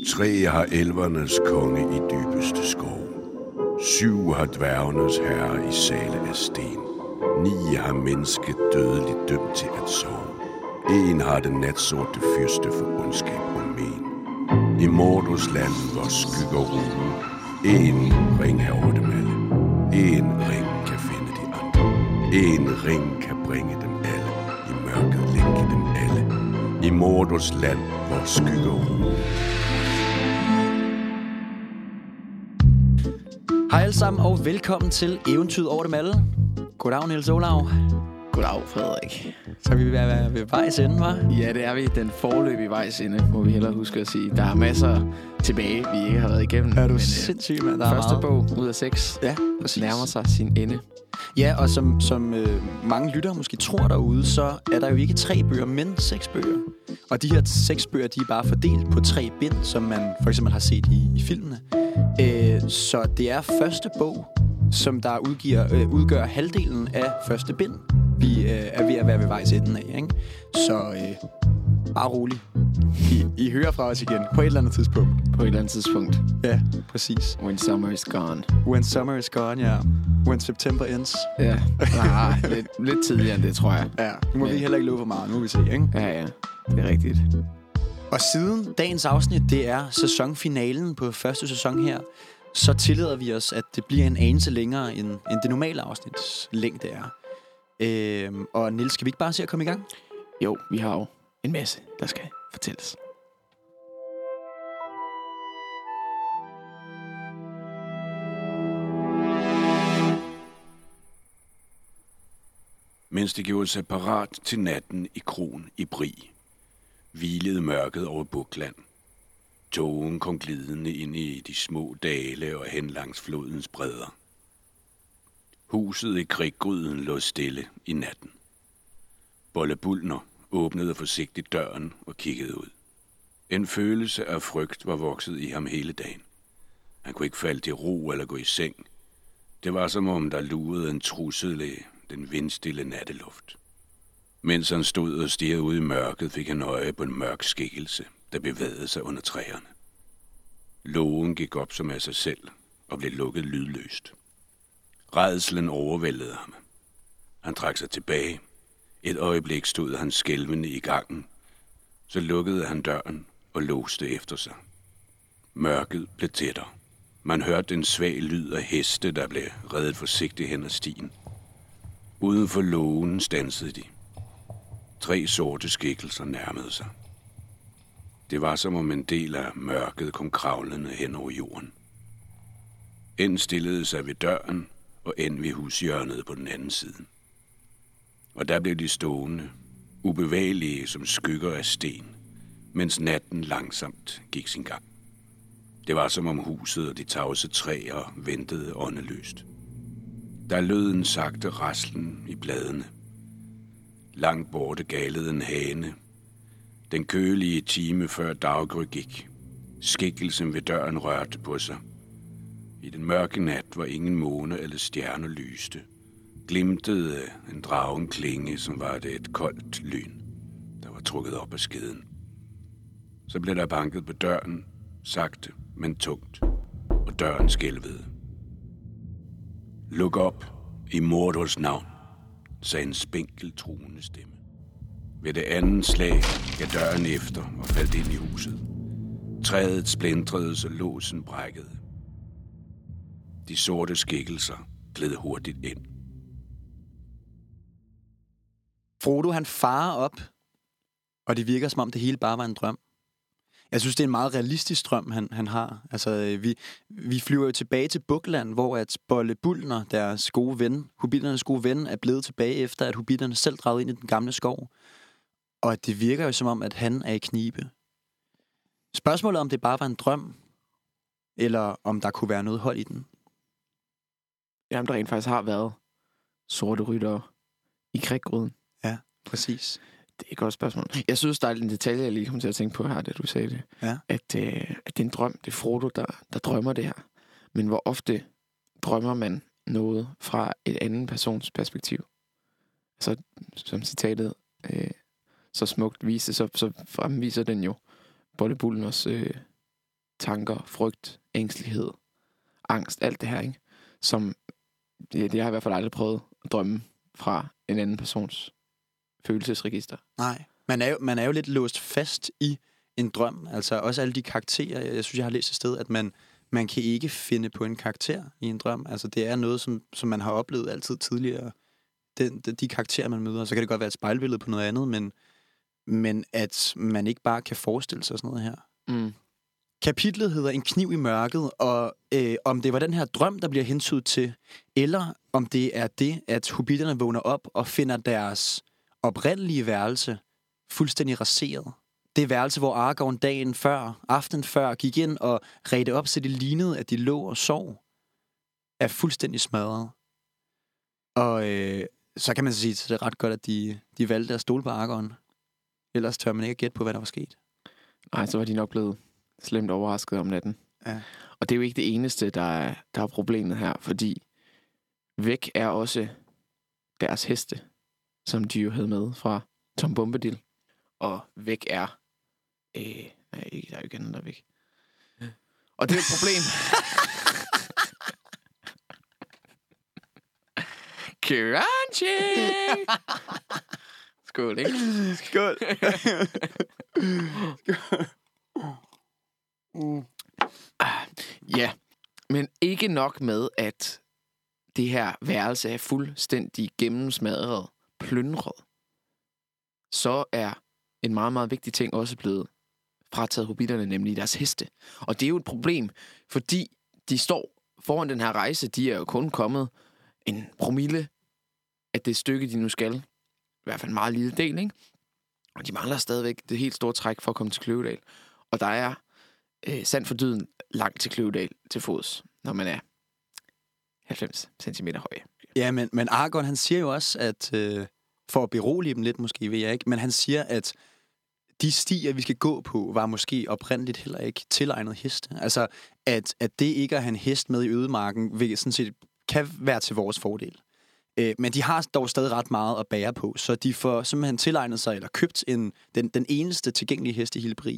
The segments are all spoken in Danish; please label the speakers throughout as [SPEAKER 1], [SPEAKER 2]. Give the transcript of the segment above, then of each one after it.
[SPEAKER 1] 3 har elvernes konge i dybeste skov. 7 har dværgenes herre i sale af sten. 9 har mennesket dødeligt dømt til at sove. 1 har den natsorte fyrste for ondskab og men. I Mordors land, hvor skygger rugen. 1 ring er over dem alle. 1 ring kan finde de andre. 1 ring kan bringe dem alle. I mørket længe dem alle. I Mordors land, hvor skygger rugen.
[SPEAKER 2] Hej alle sammen, og velkommen til Eventyret over dem alle. Goddag, Niels Olav.
[SPEAKER 3] Goddag, Frederik.
[SPEAKER 2] Så er vi ved vejs ende, hva'?
[SPEAKER 3] Ja, det er vi. Den foreløbige vejs ende, må vi hellere huske at sige. Der er masser tilbage, vi ikke har været igennem.
[SPEAKER 2] Er du sindssyg, mand? Der er
[SPEAKER 3] første
[SPEAKER 2] meget.
[SPEAKER 3] Bog ud af 6
[SPEAKER 2] Ja, præcis.
[SPEAKER 3] nærmer sig sin ende.
[SPEAKER 2] Ja, og som mange lyttere måske tror derude, så er der jo ikke 3 bøger, men 6 bøger. Og de her 6 bøger, de er bare fordelt på 3 bind, som man for eksempel har set i filmene. Så det er første bog, som der udgør halvdelen af første bind. Vi er ved at være ved vejs enden af, ikke? Så bare rolig. I hører fra os igen på et eller andet tidspunkt.
[SPEAKER 3] På et eller andet tidspunkt.
[SPEAKER 2] Ja, præcis.
[SPEAKER 3] When summer is gone.
[SPEAKER 2] When summer is gone, ja. When September ends.
[SPEAKER 3] Ja, lidt tidligere end det, tror jeg.
[SPEAKER 2] Ja, nu må vi heller ikke love for meget. Nu må vi se, ikke?
[SPEAKER 3] Ja, det er rigtigt.
[SPEAKER 2] Og siden dagens afsnit, det er sæsonfinalen på første sæson her, så tillader vi os, at det bliver en anelse længere, end det normale afsnits længde er. Og Niels, skal vi ikke bare se at komme i gang?
[SPEAKER 3] Jo, vi har jo en masse, der skal fortælles.
[SPEAKER 1] Mens de gjorde sig parat til natten i kroen i Bri, hvilede mørket over Bukland. Tågen kom glidende ind i de små dale og hen langs flodens bredder. Huset i Kriggryden lå stille i natten. Bolle Bulner åbnede forsigtigt døren og kiggede ud. En følelse af frygt var vokset i ham hele dagen. Han kunne ikke falde til ro eller gå i seng. Det var som om der lurede en trussel i den vindstille natteluft. Mens han stod og stirrede ud i mørket, fik han øje på en mørk skikkelse, der bevægede sig under træerne. Lågen gik op som af sig selv og blev lukket lydløst. Rædslen overvældede ham. Han trak sig tilbage. Et øjeblik stod han skælvende i gangen. Så lukkede han døren og låste efter sig. Mørket blev tættere. Man hørte en svag lyd af heste, der blev reddet forsigtigt hen ad stien. Uden for lågen standsede de. 3 sorte skikkelser nærmede sig. Det var som om en del af mørket kom kravlende hen over jorden. En stillede sig ved døren, og en ved hushjørnet på den anden side. Og der blev de stående, ubevægelige som skygger af sten, mens natten langsomt gik sin gang. Det var som om huset og de tavse træer ventede åndeløst. Der lød en sagte raslen i bladene. Langt borte galede en hane. Den kølige time før daggry gik. Skikkelsen ved døren rørte på sig. I den mørke nat, hvor ingen måne eller stjerner lyste, glimtede en dragen klinge, som var det et koldt lyn, der var trukket op af skeden. Så blev der banket på døren, sagte, men tungt, og døren skælvede. Luk op i Mordors navn, sagde en spinkel, truende stemme. Ved det andet slag gav døren efter og faldt ind i huset. Træet splindrede, så låsen brækkede. De sorte skikkelser gled hurtigt ind.
[SPEAKER 2] Frodo, han farer op, og det virker som om det hele bare var en drøm. Jeg synes, det er en meget realistisk drøm, han har. Altså, vi flyver jo tilbage til Bukland, hvor at Bolle Bulner, deres gode ven, hobitternes gode ven, er blevet tilbage efter, at hobitterne selv dragede ind i den gamle skov. Og det virker jo som om, at han er i knibe. Spørgsmålet om det bare var en drøm, eller om der kunne være noget hold i den.
[SPEAKER 3] Jamen, der rent faktisk har været sorte ryttere i Kriggryden.
[SPEAKER 2] Ja, præcis.
[SPEAKER 3] Det er et godt spørgsmål. Jeg synes, der er en detalje, jeg lige kom til at tænke på her, da du sagde det.
[SPEAKER 2] Ja.
[SPEAKER 3] At det er en drøm. Det er Frodo, der drømmer det her. Men hvor ofte drømmer man noget fra et anden persons perspektiv? Altså, som citatet så smukt viste, så fremviser den jo Bolle Bulners tanker, frygt, ængstelighed, angst, alt det her, ikke? Som, det har jeg i hvert fald aldrig prøvet at drømme fra en anden persons følelsesregister.
[SPEAKER 2] Nej, man er jo lidt låst fast i en drøm. Altså også alle de karakterer. Jeg synes, jeg har læst et sted, at man kan ikke finde på en karakter i en drøm. Altså det er noget, som man har oplevet altid tidligere. De karakterer, man møder. Så kan det godt være et spejlbillede på noget andet, men at man ikke bare kan forestille sig sådan noget her.
[SPEAKER 3] Mm.
[SPEAKER 2] Kapitlet hedder En kniv i mørket, og om det var den her drøm, der bliver hentydet til, eller om det er det, at hobitterne vågner op og finder deres oprindelige værelse fuldstændig raseret. Det værelse, hvor Aragorn aften før, gik ind og redte op, så det lignede, at de lå og sov, er fuldstændig smadret. Og så kan man sige, at det er ret godt, at de valgte at stole på Aragorn. Ellers tør man ikke gætte på, hvad der var sket.
[SPEAKER 3] Nej, så var de nok blevet slemt overrasket om natten.
[SPEAKER 2] Ja.
[SPEAKER 3] Og det er jo ikke det eneste, der er problemet her, fordi væk er også deres heste, som de jo havde med fra Tom Bombadil. Og væk er... der er jo ikke andet, der er væk. Og det er et problem. Crunchy! Skål, ikke?
[SPEAKER 2] Skål!
[SPEAKER 3] Ja, men ikke nok med, at det her værelse er fuldstændig gennemsmadret, plyndret. Så er en meget, meget vigtig ting også blevet frataget hobitterne, nemlig deres heste. Og det er jo et problem, fordi de står foran den her rejse. De er jo kun kommet en promille af det stykke, de nu skal. I hvert fald en meget lille del, ikke? Og de mangler stadigvæk det helt store træk for at komme til Kløvedal. Og der er sandt for dyden langt til Kløvedal til fods, når man er 90 cm høj.
[SPEAKER 2] Ja, men Aragorn, han siger jo også, at for at berolige dem lidt måske, ved jeg ikke, men han siger, at de stier, vi skal gå på, var måske oprindeligt heller ikke tilegnet heste. Altså, at det ikke at have en hest med i ødemarken, vil sådan set, kan være til vores fordel. Men de har dog stadig ret meget at bære på, så de får simpelthen tilegnet sig, eller købt den eneste tilgængelige hest i hele Brig.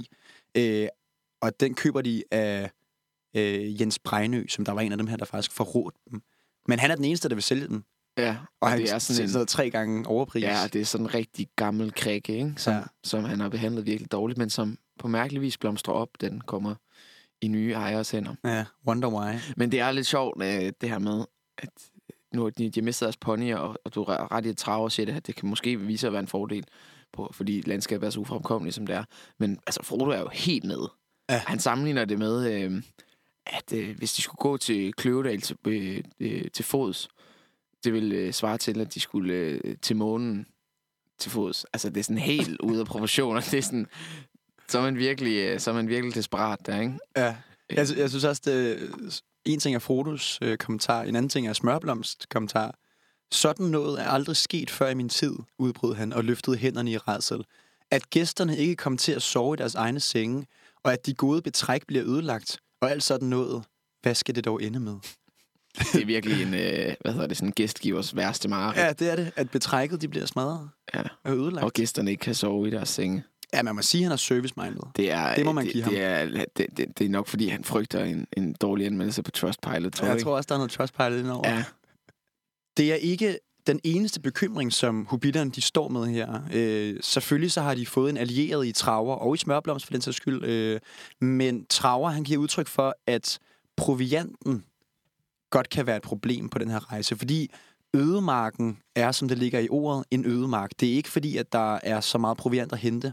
[SPEAKER 2] Og den køber de af Jens Brejnø, som der var en af dem her, der faktisk forrådte dem. Men han er den eneste, der vil sælge den.
[SPEAKER 3] Ja,
[SPEAKER 2] og han
[SPEAKER 3] det er sådan
[SPEAKER 2] en 3 gange overpris.
[SPEAKER 3] Ja, det er sådan en rigtig gammel krikke, ikke? Som han har behandlet virkelig dårligt, men som på mærkelig vis blomstrer op. Den kommer i nye ejeres hænder.
[SPEAKER 2] Ja, wonder why.
[SPEAKER 3] Men det er lidt sjovt, det her med, at nu har de mistet deres ponyer, og du er ret i et trav og siger det, at det kan måske vise sig at være en fordel, fordi landskabet er så ufremkommeligt, som det er. Men altså, Frodo er jo helt nede. Ja. Han sammenligner det med, at hvis de skulle gå til Kløvedal til fods, det ville svare til, at de skulle til månen til fods. Altså, det er sådan helt ude af proportioner. Det er sådan, så er man virkelig desperat der, ikke?
[SPEAKER 2] Ja. Jeg synes også, en ting er Frodos kommentar, en anden ting er Smørblomst kommentar. Sådan noget er aldrig sket før i min tid, udbrød han og løftede hænderne i rædsel. At gæsterne ikke kom til at sove i deres egne senge, og at de gode betræk bliver ødelagt, og alt sådan noget. Hvad skal det dog ende med?
[SPEAKER 3] Det er virkelig sådan en gæstgivers værste mareridt.
[SPEAKER 2] Ja, det er det. At betrækket, de bliver smadret og ødelagt.
[SPEAKER 3] Og gæsterne ikke kan sove i deres senge.
[SPEAKER 2] Ja, man må sige, at han er service-minded.
[SPEAKER 3] Det
[SPEAKER 2] må man give ham.
[SPEAKER 3] Det er nok, fordi han frygter en dårlig anmeldelse på Trustpilot, tror jeg.
[SPEAKER 2] Jeg tror også, der er noget Trustpilot indover.
[SPEAKER 3] Ja.
[SPEAKER 2] Det er ikke den eneste bekymring, som hobitterne de står med her. Selvfølgelig så har de fået en allieret i Traver og i Smørblomst for den sags skyld. Men Traver, han giver udtryk for, at provianten godt kan være et problem på den her rejse, fordi ødemarken er, som det ligger i ordet, en ødemark. Det er ikke fordi, at der er så meget proviant at hente.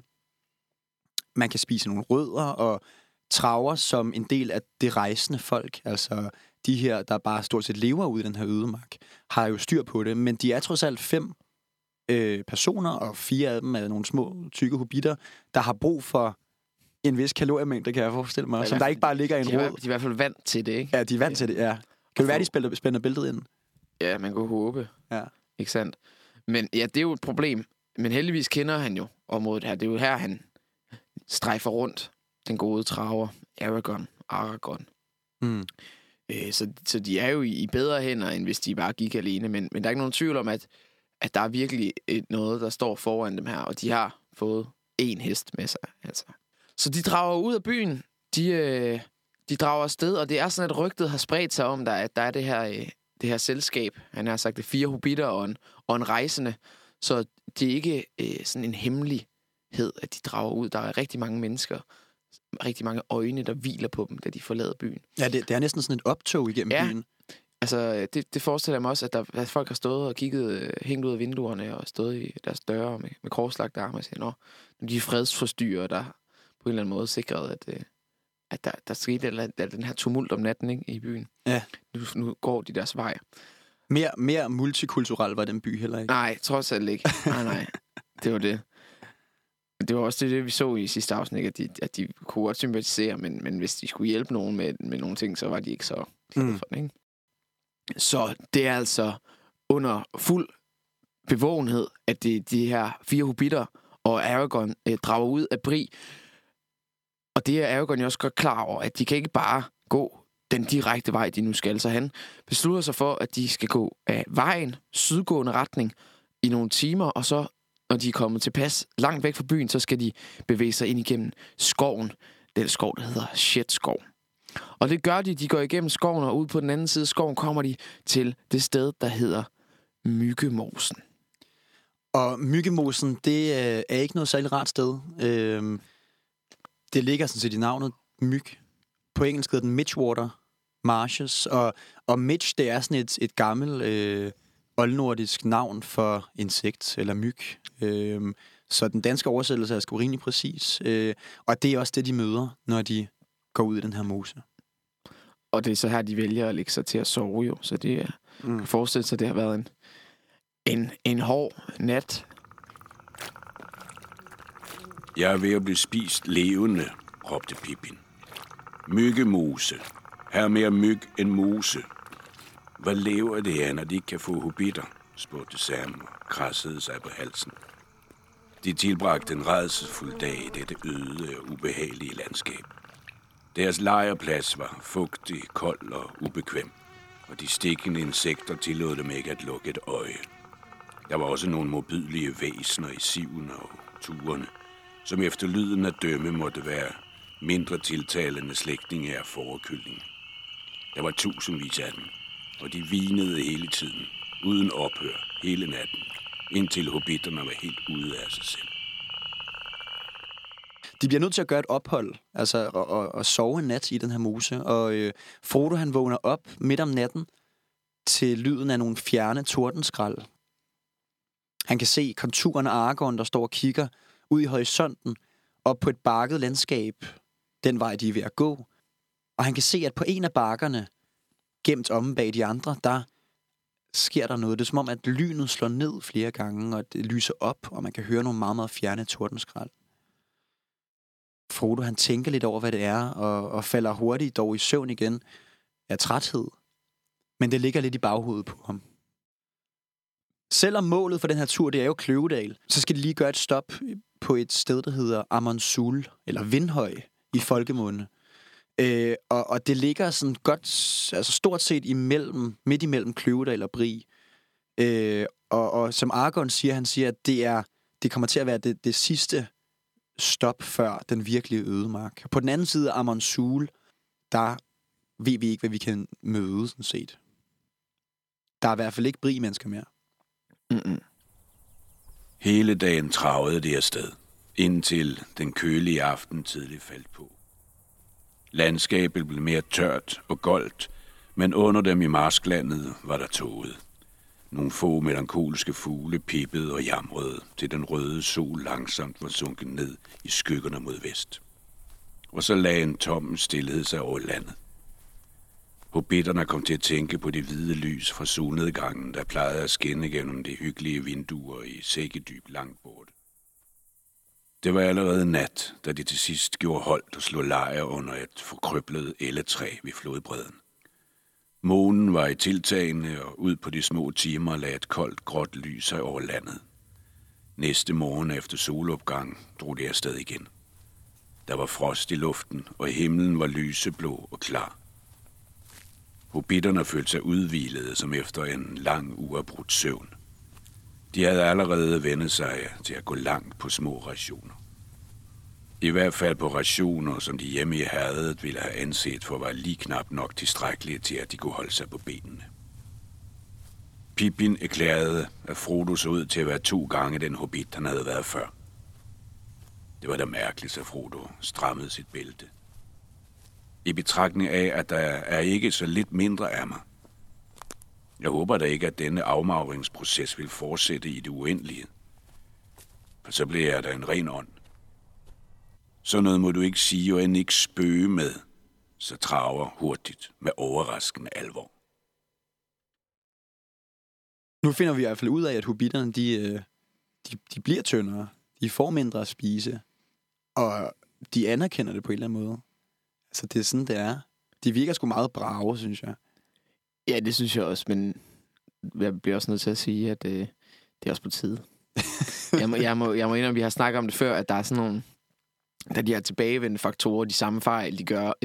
[SPEAKER 2] Man kan spise nogle rødder og Traver som en del af det rejsende folk, altså de her, der bare stort set lever ude i den her ødemark, har jo styr på det, men de er trods alt 5 personer, og 4 af dem er nogle små, tykke hobitter, der har brug for en vis kaloriemængde, kan jeg forestille mig, som der ikke bare ligger i en rød.
[SPEAKER 3] De er i hvert fald vant til det, ikke?
[SPEAKER 2] Ja, de er vant til det, ja. Kan det være, de spænder bæltet ind?
[SPEAKER 3] Ja, man kunne håbe.
[SPEAKER 2] Ja.
[SPEAKER 3] Ikke sandt? Men ja, det er jo et problem. Men heldigvis kender han jo området her. Det er jo her, han strejfer rundt. Den gode traver. Aragorn.
[SPEAKER 2] Mm.
[SPEAKER 3] Så de er jo i bedre hænder, end hvis de bare gik alene. Men der er ikke nogen tvivl om, at der er virkelig noget, der står foran dem her. Og de har fået 1 hest med sig. Altså. Så de drager ud af byen. De de drager afsted, og det er sådan, at rygtet har spredt sig om, at der er det her selskab. Han har sagt, det 4 hobitter og en rejsende. Så det er ikke sådan en hemmelighed, at de drager ud. Der er rigtig mange mennesker, rigtig mange øjne, der hviler på dem, da de forlader byen. Ja,
[SPEAKER 2] det er næsten sådan et optog igennem byen.
[SPEAKER 3] Altså, det forestiller mig også, at folk har stået og kigget, hængt ud af vinduerne og stået i deres døre med korslagte arme og siger, de fredsforstyrrer, der på en eller anden måde sikrede, at der skete den her tumult om natten, ikke, i byen.
[SPEAKER 2] Ja.
[SPEAKER 3] Nu går de deres vej.
[SPEAKER 2] Mere multikulturel var den by heller ikke.
[SPEAKER 3] Nej, trods alt ikke. Nej. Det var det. Det var også det, vi så i sidste afsnit, at de kunne godt sympatisere, men hvis de skulle hjælpe nogen med nogle ting, så var de ikke så glade for det, ikke? Så det er altså under fuld bevågenhed, at de her 4 hobitter og Aragorn drager ud af Bri. Og det er Aragorn jo også godt klar over, at de kan ikke bare gå den direkte vej, de nu skal. Så han beslutter sig for, at de skal gå af vejen, sydgående retning, i nogle timer, og så, når de er kommet tilpas langt væk fra byen, så skal de bevæge sig ind igennem skoven. Den skov, der hedder Shetskov. Og det gør de går igennem skoven, og ud på den anden side af skoven kommer de til det sted, der hedder Myggemosen.
[SPEAKER 2] Og Myggemosen, det er ikke noget særligt rart sted. Det ligger sådan set i navnet myg. På engelsk hedder den Midgewater Marshes, og midge, det er sådan et gammelt oldnordisk navn for insekt, eller myg. Så den danske oversættelse er sgu rimelig præcis. Og det er også det, de møder, når de går ud i den her mose.
[SPEAKER 3] Og det er så her, de vælger at lægge sig til at sove jo. Så det kan forestille sig, at det har været en hård nat.
[SPEAKER 1] Jeg er ved at blive spist levende, råbte Pippin. Myggemose. Her er mere myg end mose. Hvad lever det af, når de ikke kan få hobitter? Spurgte Sam og krassede sig på halsen. De tilbragte en rædselsfuld dag i dette øde og ubehagelige landskab. Deres lejrplads var fugtig, kold og ubekvem, og de stikkende insekter tillod dem ikke at lukke et øje. Der var også nogle modbydelige væsener i sivene og turene, som efter lyden af dømme måtte være mindre tiltalende slægtninge af fårekylling. Der var tusindvis af dem, og de vinede hele tiden, uden ophør, hele natten, indtil hobitterne var helt ude af sig selv.
[SPEAKER 2] De bliver nødt til at gøre et ophold, altså og sove en nat i den her mose, og Frodo han vågner op midt om natten til lyden af nogle fjerne tordenskrald. Han kan se konturen af Aragorn, der står og kigger ud i horisonten, op på et bakket landskab, den vej de er ved at gå. Og han kan se, at på en af bakkerne, gemt omme bag de andre, der sker der noget. Det er som om, at lynet slår ned flere gange, og det lyser op, og man kan høre nogle meget, meget fjerne tordenskrald. Frodo, han tænker lidt over, hvad det er, og falder hurtigt dog i søvn igen af træthed. Men det ligger lidt i baghovedet på ham. Selvom målet for den her tur, det er jo Kløvedal, så skal de lige gøre et stop på et sted, der hedder Amonsul, eller Vindhøj i folkemunde. Og det ligger sådan godt, altså stort set midt imellem Kløvedal og Bri. Og som Aragorn siger, han siger, at det kommer til at være det sidste stop før den virkelige ødemark. På den anden side af Amonsul, der ved vi ikke, hvad vi kan møde, sådan set. Der er i hvert fald ikke Bri-mennesker mere.
[SPEAKER 3] Mm-mm.
[SPEAKER 1] Hele dagen travede det afsted, indtil den kølige aften tidligt faldt på. Landskabet blev mere tørt og goldt, men under dem i marsklandet var der tåget. Nogle få melankoliske fugle pippede og jamrede, til den røde sol langsomt var sunket ned i skyggerne mod vest. Og så lagde en tom stilhed sig over landet. Hobitterne kom til at tænke på det hvide lys fra solnedgangen, der plejede at skinne gennem de hyggelige vinduer i sækkedyb langt borte. Det var allerede nat, da de til sidst gjorde holdt og slog lejr under et forkrøblet elletræ ved flodbredden. Månen var i tiltagende, og ud på de små timer lagde et koldt, gråt lys sig over landet. Næste morgen efter solopgang drog de afsted igen. Der var frost i luften, og himlen var lyseblå og klar. Hobitterne følte sig udhvilede som efter en lang, uafbrudt søvn. De havde allerede vendt sig til at gå langt på små rationer. I hvert fald på rationer, som de hjemme i herredet ville have anset for var lige knap nok tilstrækkelige til, at de kunne holde sig på benene. Pippin erklærede, at Frodo så ud til at være 2 gange den hobbit, han havde været før. Det var da mærkeligt, så Frodo strammede sit bælte. I betragtning af, at der er ikke så lidt mindre af mig. Jeg håber da ikke, at denne afmagringsproces vil fortsætte i det uendelige. For så bliver jeg da en ren ånd. Sådan noget må du ikke sige og end ikke spøge med, så traver hurtigt med overraskende alvor.
[SPEAKER 2] Nu finder vi i hvert fald ud af, at hobitterne, de bliver tyndere. De får mindre at spise. Og de anerkender det på en eller anden måde. Altså, det er sådan, det er. De virker sgu meget brave, synes jeg.
[SPEAKER 3] Ja, det synes jeg også, men jeg bliver også nødt til at sige, at det er også på tide. jeg må indrømme, vi har snakket om det før, at der er sådan nogle, da de har tilbagevendende faktorer, de samme fejl, de gør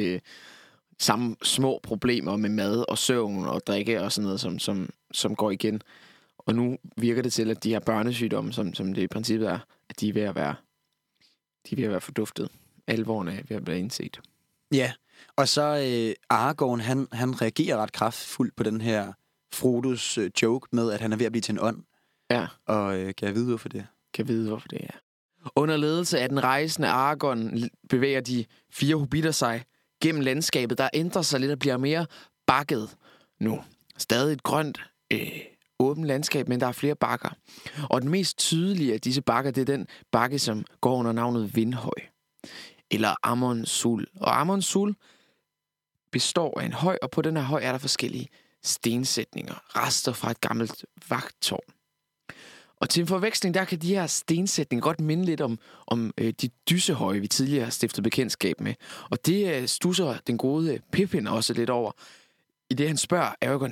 [SPEAKER 3] samme små problemer med mad og søvn og drikke og sådan noget, som går igen. Og nu virker det til, at de her børnesygdomme, som det i princippet er, at de er ved at være forduftet. Alvoren er ved at blive indset.
[SPEAKER 2] Ja, og så Aragorn, han reagerer ret kraftfuldt på den her Frodos joke med, at han er ved at blive til en ånd.
[SPEAKER 3] Ja.
[SPEAKER 2] Og kan jeg vide, hvorfor det?
[SPEAKER 3] Kan vide, hvorfor det er. Under ledelse af den rejsende Aragorn bevæger de 4 hobitter sig gennem landskabet, der ændrer sig lidt og bliver mere bakket nu. Stadig et grønt, åbent landskab, men der er flere bakker. Og den mest tydelige af disse bakker, det er den bakke, som går under navnet Vindhøj. Eller Amon Sul. Og Amon Sul består af en høj, og på den her høj er der forskellige stensætninger, rester fra et gammelt vagttårn. Og til en forveksling, der kan de her stensætninger godt minde lidt om de dysehøje, vi tidligere har stiftet bekendtskab med. Og det stusser den gode Pippin også lidt over. I det han spørger Aragorn,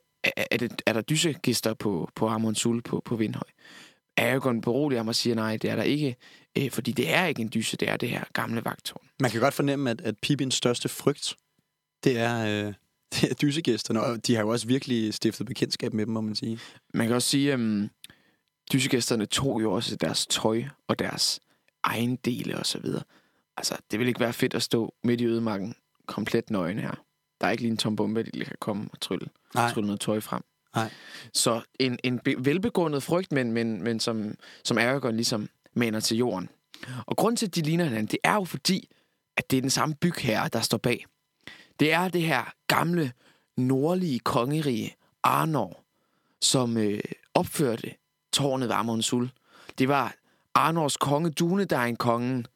[SPEAKER 3] er der dysegæster på Amon Sul på Vindhøj? Aragorn beroliger ham og siger, nej, det er der ikke, fordi det er ikke en dyse, det er det her gamle vagttårn.
[SPEAKER 2] Man kan godt fornemme, at Pippins største frygt, det er dysegæsterne, og de har jo også virkelig stiftet bekendtskab med dem, må man sige.
[SPEAKER 3] Man kan også sige, dysegæsterne tog jo også deres tøj og deres ejendele og så videre. Altså, det vil ikke være fedt at stå midt i ødemarken komplet nøgen her. Der er ikke lige en tom bombe, der kan komme og trylle noget tøj frem.
[SPEAKER 2] Nej.
[SPEAKER 3] Så en velbegrundet frygt, men som Aragorn ligesom maner til jorden. Og grunden til, at de ligner hinanden, det er jo fordi, at det er den samme bygherre, der står bag. Det er det her gamle, nordlige kongerige Arnor, som opførte tårnet ved Amon Sul. Det var Arnors konge Dunedain-kongen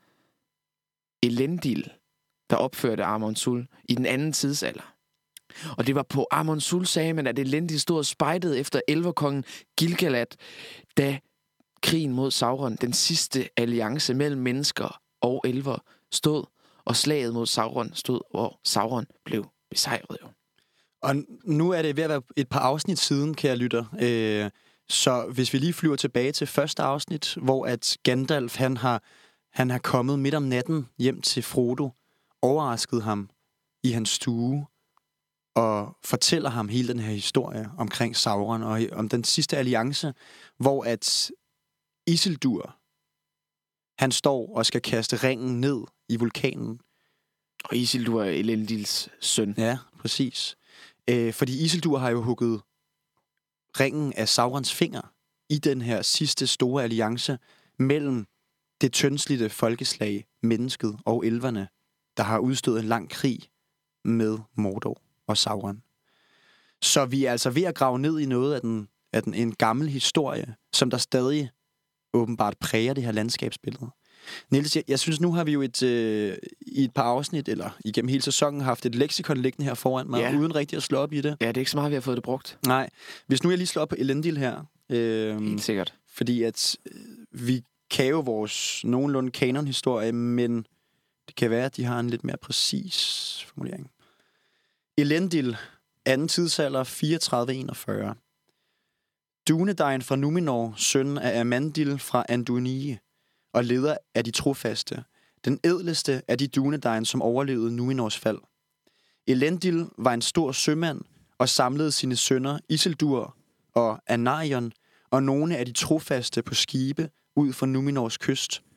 [SPEAKER 3] Elendil, der opførte Amon Sul i den anden tidsalder. Og det var på Amon Sul, sagde man, at Elendil stod og spejdede efter elverkongen Gil-galad, da krigen mod Sauron, den sidste alliance mellem mennesker og elver, stod, og slaget mod Sauron stod, hvor Sauron blev besejret jo.
[SPEAKER 2] Og nu er det ved at være et par afsnit siden, kære lytter. Så hvis vi lige flyver tilbage til første afsnit, hvor at Gandalf, han har kommet midt om natten hjem til Frodo, overrasket ham i hans stue, og fortæller ham hele den her historie omkring Sauron, og om den sidste alliance, hvor at Isildur, han står og skal kaste ringen ned i vulkanen.
[SPEAKER 3] Og Isildur er Elendils søn.
[SPEAKER 2] Ja, præcis. Fordi Isildur har jo hugget ringen af Saurons finger i den her sidste store alliance mellem det tyndslidte folkeslag, mennesket og elverne, der har udstået en lang krig med Mordor og Sauron. Så vi er altså ved at grave ned i noget af en gammel historie, som der stadig åbenbart præger det her landskabsbillede. Niels, jeg synes, nu har vi jo i et par afsnit, eller igennem hele sæsonen, haft et leksikon liggende her foran mig, uden rigtig at slå op i det.
[SPEAKER 3] Ja, det er ikke så meget, vi har fået det brugt.
[SPEAKER 2] Nej. Hvis nu jeg lige slår op på Elendil her.
[SPEAKER 3] Helt sikkert.
[SPEAKER 2] Fordi at vi kan jo vores nogenlunde kanonhistorie, men det kan være, at de har en lidt mere præcis formulering. Elendil, anden tidsalder, 3441. Dunedain fra Numenor, søn af Amandil fra Andunie, og leder af de trofaste, den ædleste af de Dunedain, som overlevede Numenors fald. Elendil var en stor sømand og samlede sine sønner Isildur og Anarion og nogle af de trofaste på skibe ud for Numenors kyst,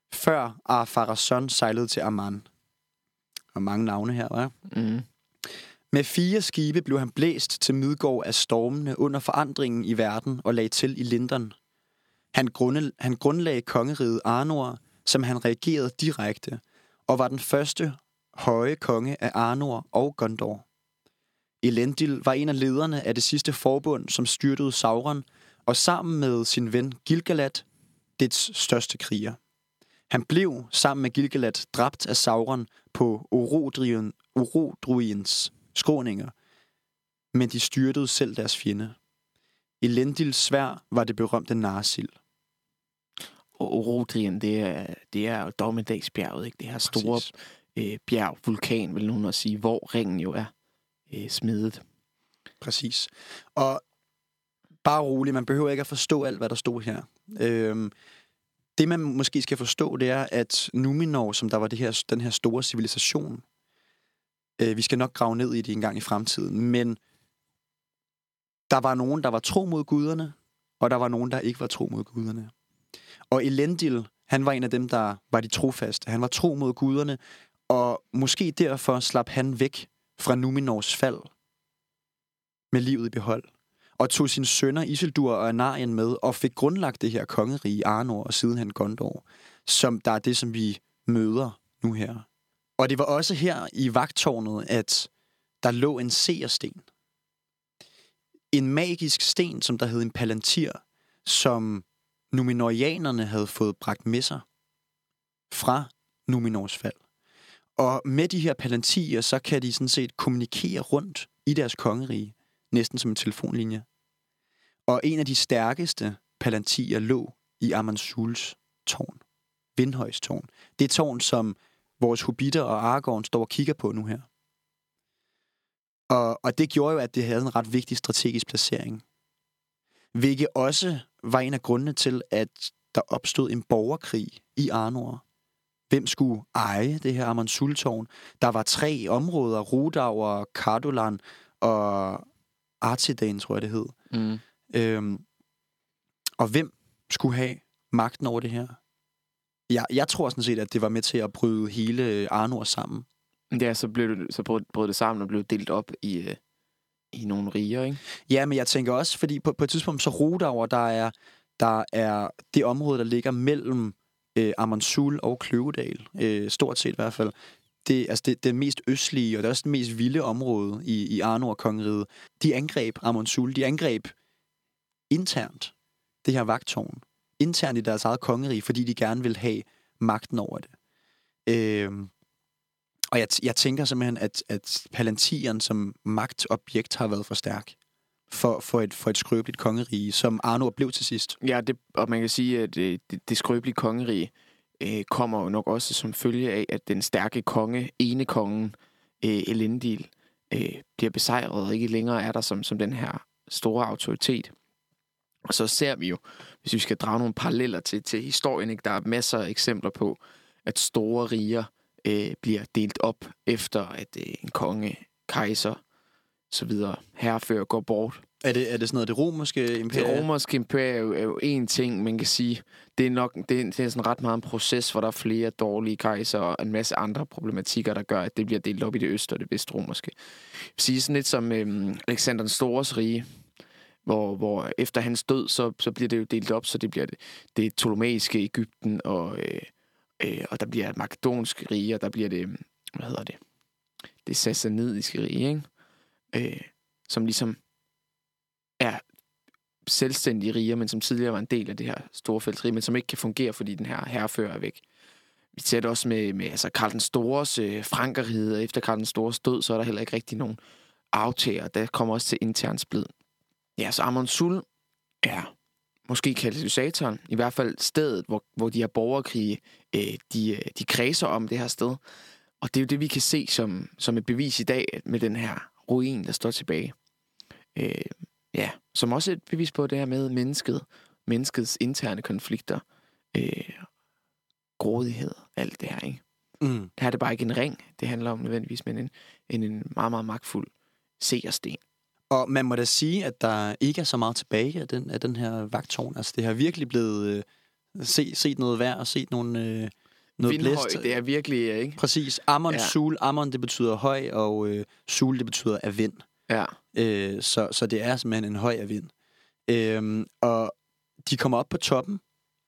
[SPEAKER 2] før Ar-Pharazôn sejlede til Amman. Og mange navne her, hva'?
[SPEAKER 3] Mm.
[SPEAKER 2] Med 4 skibe blev han blæst til Midgård af stormene under forandringen i verden og lagde til i Lindern. Han grundlagde kongeriget Arnor, som han regerede direkte, og var den første høje konge af Arnor og Gondor. Elendil var en af lederne af det sidste forbund, som styrtede Sauron, og sammen med sin ven Gil-galad, dets største kriger. Han blev, sammen med Gil-galad, dræbt af Sauron på Orodruins skråninger, men de styrtede selv deres fjende. Elendils sværd var det berømte Narsil.
[SPEAKER 3] Og Orodrien, det er dommedagsbjerget, ikke? Det her store bjerg, vulkan, vil nogen også sige, hvor ringen jo er smedet.
[SPEAKER 2] Præcis. Og bare roligt, man behøver ikke at forstå alt, hvad der stod her. Det, man måske skal forstå, det er, at Numenor, som der var den her store civilisation, vi skal nok grave ned i det en gang i fremtiden, men der var nogen, der var tro mod guderne, og der var nogen, der ikke var tro mod guderne. Og Elendil, han var en af dem, der var de trofaste. Han var tro mod guderne, og måske derfor slap han væk fra Numenors fald med livet i behold, og tog sine sønner Isildur og Anarien med, og fik grundlagt det her kongerige Arnor, og sidenhen Gondor, som der er det, som vi møder nu her. Og det var også her i vagttårnet, at der lå en seersten. En magisk sten, som der hed en palantir, som Numenorianerne havde fået bragt med sig fra Numenors fald. Og med de her palantier, så kan de sådan set kommunikere rundt i deres kongerige, næsten som en telefonlinje. Og en af de stærkeste palantier lå i Amansuls tårn. Vindhøjs tårn. Det er tårn, som vores hobitter og Aragorn står og kigger på nu her. Og det gjorde jo, at det havde en ret vigtig strategisk placering. Hvilket også var en af grundene til, at der opstod en borgerkrig i Arnor. Hvem skulle eje det her Amansul-tårn? Der var 3 områder, Rudauer, Cardolan og Arthedain, tror jeg det hed. Og hvem skulle have magten over det her? Jeg tror sådan set, at det var med til at bryde hele Arnor sammen.
[SPEAKER 3] Ja, så brød det sammen og blev delt op i nogle riger, ikke? Ja,
[SPEAKER 2] men jeg tænker også, fordi på et tidspunkt så Rudauer, der er det område, der ligger mellem Amansul og Kløvedal, stort set i hvert fald. Det er det mest østlige, og det er også det mest vilde område i Arnor-kongeriget. De angreb Amansul, de angreb internt det her vagttårn. Internt i deres eget kongerige, fordi de gerne vil have magten over det. Og jeg tænker simpelthen, at palantiren som magtobjekt har været for stærk for et skrøbeligt kongerige, som Arnor blev til sidst.
[SPEAKER 3] Ja, og man kan sige, at det skrøbelige kongerige kommer jo nok også som følge af, at den stærke konge, enekongen Elendil, bliver besejret og ikke længere er der som den her store autoritet. Og så ser vi jo, hvis vi skal drage nogle paralleller til historien, ikke? Der er masser af eksempler på, at store riger bliver delt op efter, at en konge, kejser, så videre, herrefører går bort.
[SPEAKER 2] Er det sådan noget, det romerske imperium?
[SPEAKER 3] Det romerske imperium er jo en ting, man kan sige. Det er sådan ret meget en proces, hvor der er flere dårlige kejser og en masse andre problematikker, der gør, at det bliver delt op i det øst- og det vestromerske. Jeg vil sige sådan lidt som Alexander den Stores rige, hvor efter hans død, så bliver det jo delt op, så det bliver det ptolemæiske Egypten, og der bliver et makedonsk rige, og der bliver det sassanidiske rige, ikke? Som ligesom er selvstændige riger, men som tidligere var en del af det her storfældsrige, men som ikke kan fungere, fordi den her herrefører er væk. Vi ser det også med Karl den Stores frankerrige, og efter Karl den Stores død, så er der heller ikke rigtig nogen aftager. Der kommer også til intern splid. Ja, så Amansul er måske katalysatoren, i hvert fald stedet, hvor de her borgerkrige, de kredser om det her sted. Og det er jo det, vi kan se som et bevis i dag med den her ruin, der står tilbage. Som også et bevis på det her med menneskets interne konflikter, grådighed, alt det her, ikke? Her er det bare ikke en ring, det handler om nødvendigvis, men en meget, meget magtfuld seersten.
[SPEAKER 2] Og man må da sige, at der ikke er så meget tilbage af den her vagttårn. Altså, det har virkelig blevet set noget vejr og set noget
[SPEAKER 3] Vindhøj,
[SPEAKER 2] blæst.
[SPEAKER 3] det er virkelig, ikke?
[SPEAKER 2] Præcis. Amon, sul. Amon, det betyder høj, og sul, det betyder af vind.
[SPEAKER 3] Ja.
[SPEAKER 2] Så det er simpelthen en høj af vind. Og de kommer op på toppen,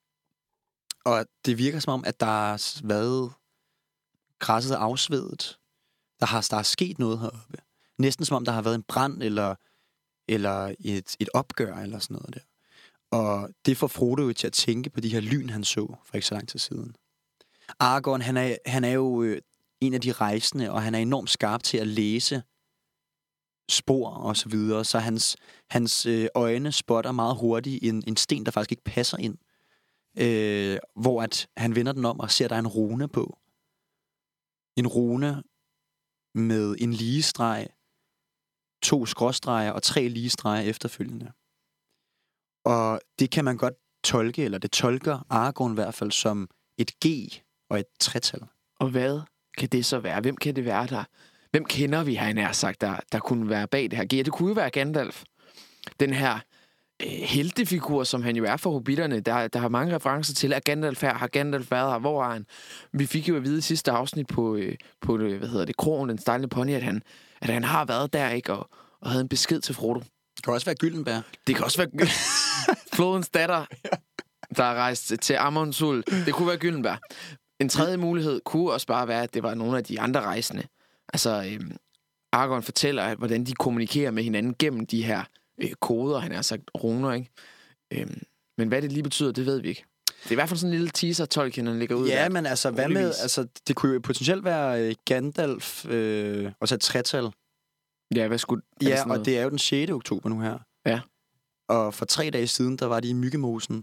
[SPEAKER 2] og det virker som om, at der har været græsset afsvedet. Der er sket noget heroppe. Næsten som om, der har været en brand, eller et opgør, eller sådan noget der. Og det får Frodo jo til at tænke på de her lyn, han så for ikke så lang tid siden. Aragorn, han er jo en af de rejsende, og han er enormt skarp til at læse spor og så videre, så hans øjne spotter meget hurtigt en sten, der faktisk ikke passer ind. Hvor at han vender den om og ser, at der er en rune på. En rune med en lige streg, 2 skråstreger og 3 lige streger efterfølgende. Og det kan man godt tolke, eller det tolker Aragorn i hvert fald som et G og et tretal.
[SPEAKER 3] Og hvad kan det så være? Hvem kan det være, der... Hvem kender vi, har jeg nær sagt, der kunne være bag det her G? Det kunne jo være Gandalf. Den her heltefigur, som han jo er for hobitterne. Der har mange referencer til, at Gandalf her, har Gandalf været her, hvor er han? Vi fik jo at vide i sidste afsnit på Krogen, den stejlende pony, at han har været der, ikke? Og havde en besked til Frodo.
[SPEAKER 2] Det kan også være Gyldenberg.
[SPEAKER 3] Det kan også være Flodens datter, der er rejst til Amon Sul. Det kunne være Gyldenberg. En tredje mulighed kunne også bare være, at det var nogle af de andre rejsende. Altså, Aragorn fortæller, hvordan de kommunikerer med hinanden gennem de her koder, han har sagt runer, ikke? Men hvad det lige betyder, det ved vi ikke. Det er i hvert fald sådan en lille teaser, Tolkien ligger ud.
[SPEAKER 2] Ja, men altså, hvad med... Altså, det kunne jo potentielt være Gandalf, og så et tretal.
[SPEAKER 3] Ja, hvad skulle...
[SPEAKER 2] Ja, og det er jo den 6. oktober nu her.
[SPEAKER 3] Ja.
[SPEAKER 2] Og for 3 dage siden, der var de i Myggemosen,